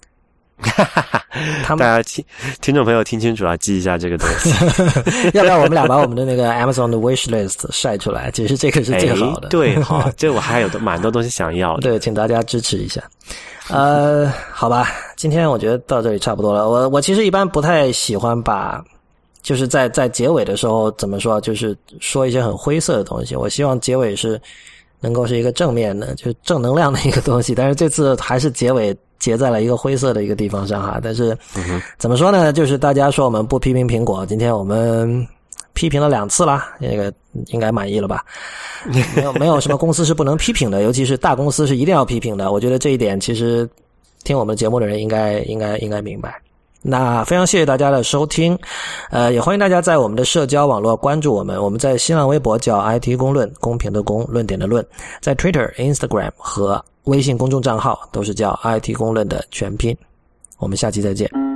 S2: 他们大家听听众朋友听清楚了，记一下这个东西。
S1: 要不要我们俩把我们的那个 Amazon 的 wish list 晒出来？其实这个是最好的。
S2: 哎、对，好，这我还有蛮多东西想要的。
S1: 对，请大家支持一下。呃，好吧，今天我觉得到这里差不多了。我我其实一般不太喜欢把，就是在在结尾的时候怎么说，就是说一些很灰色的东西。我希望结尾是能够是一个正面的，就是正能量的一个东西。但是这次还是结尾。结在了一个灰色的一个地方上哈，但是、嗯、怎么说呢？就是大家说我们不批评苹果，今天我们批评了两次啦，这个应该满意了吧？没有没有什么公司是不能批评的，尤其是大公司是一定要批评的。我觉得这一点其实听我们节目的人应该应该应该明白。那非常谢谢大家的收听，呃，也欢迎大家在我们的社交网络关注我们。我们在新浪微博叫 I T 公论，公平的公，论点的论，在 Twitter、Instagram 和微信公众账号都是叫 I T 公论的全拼。我们下期再见。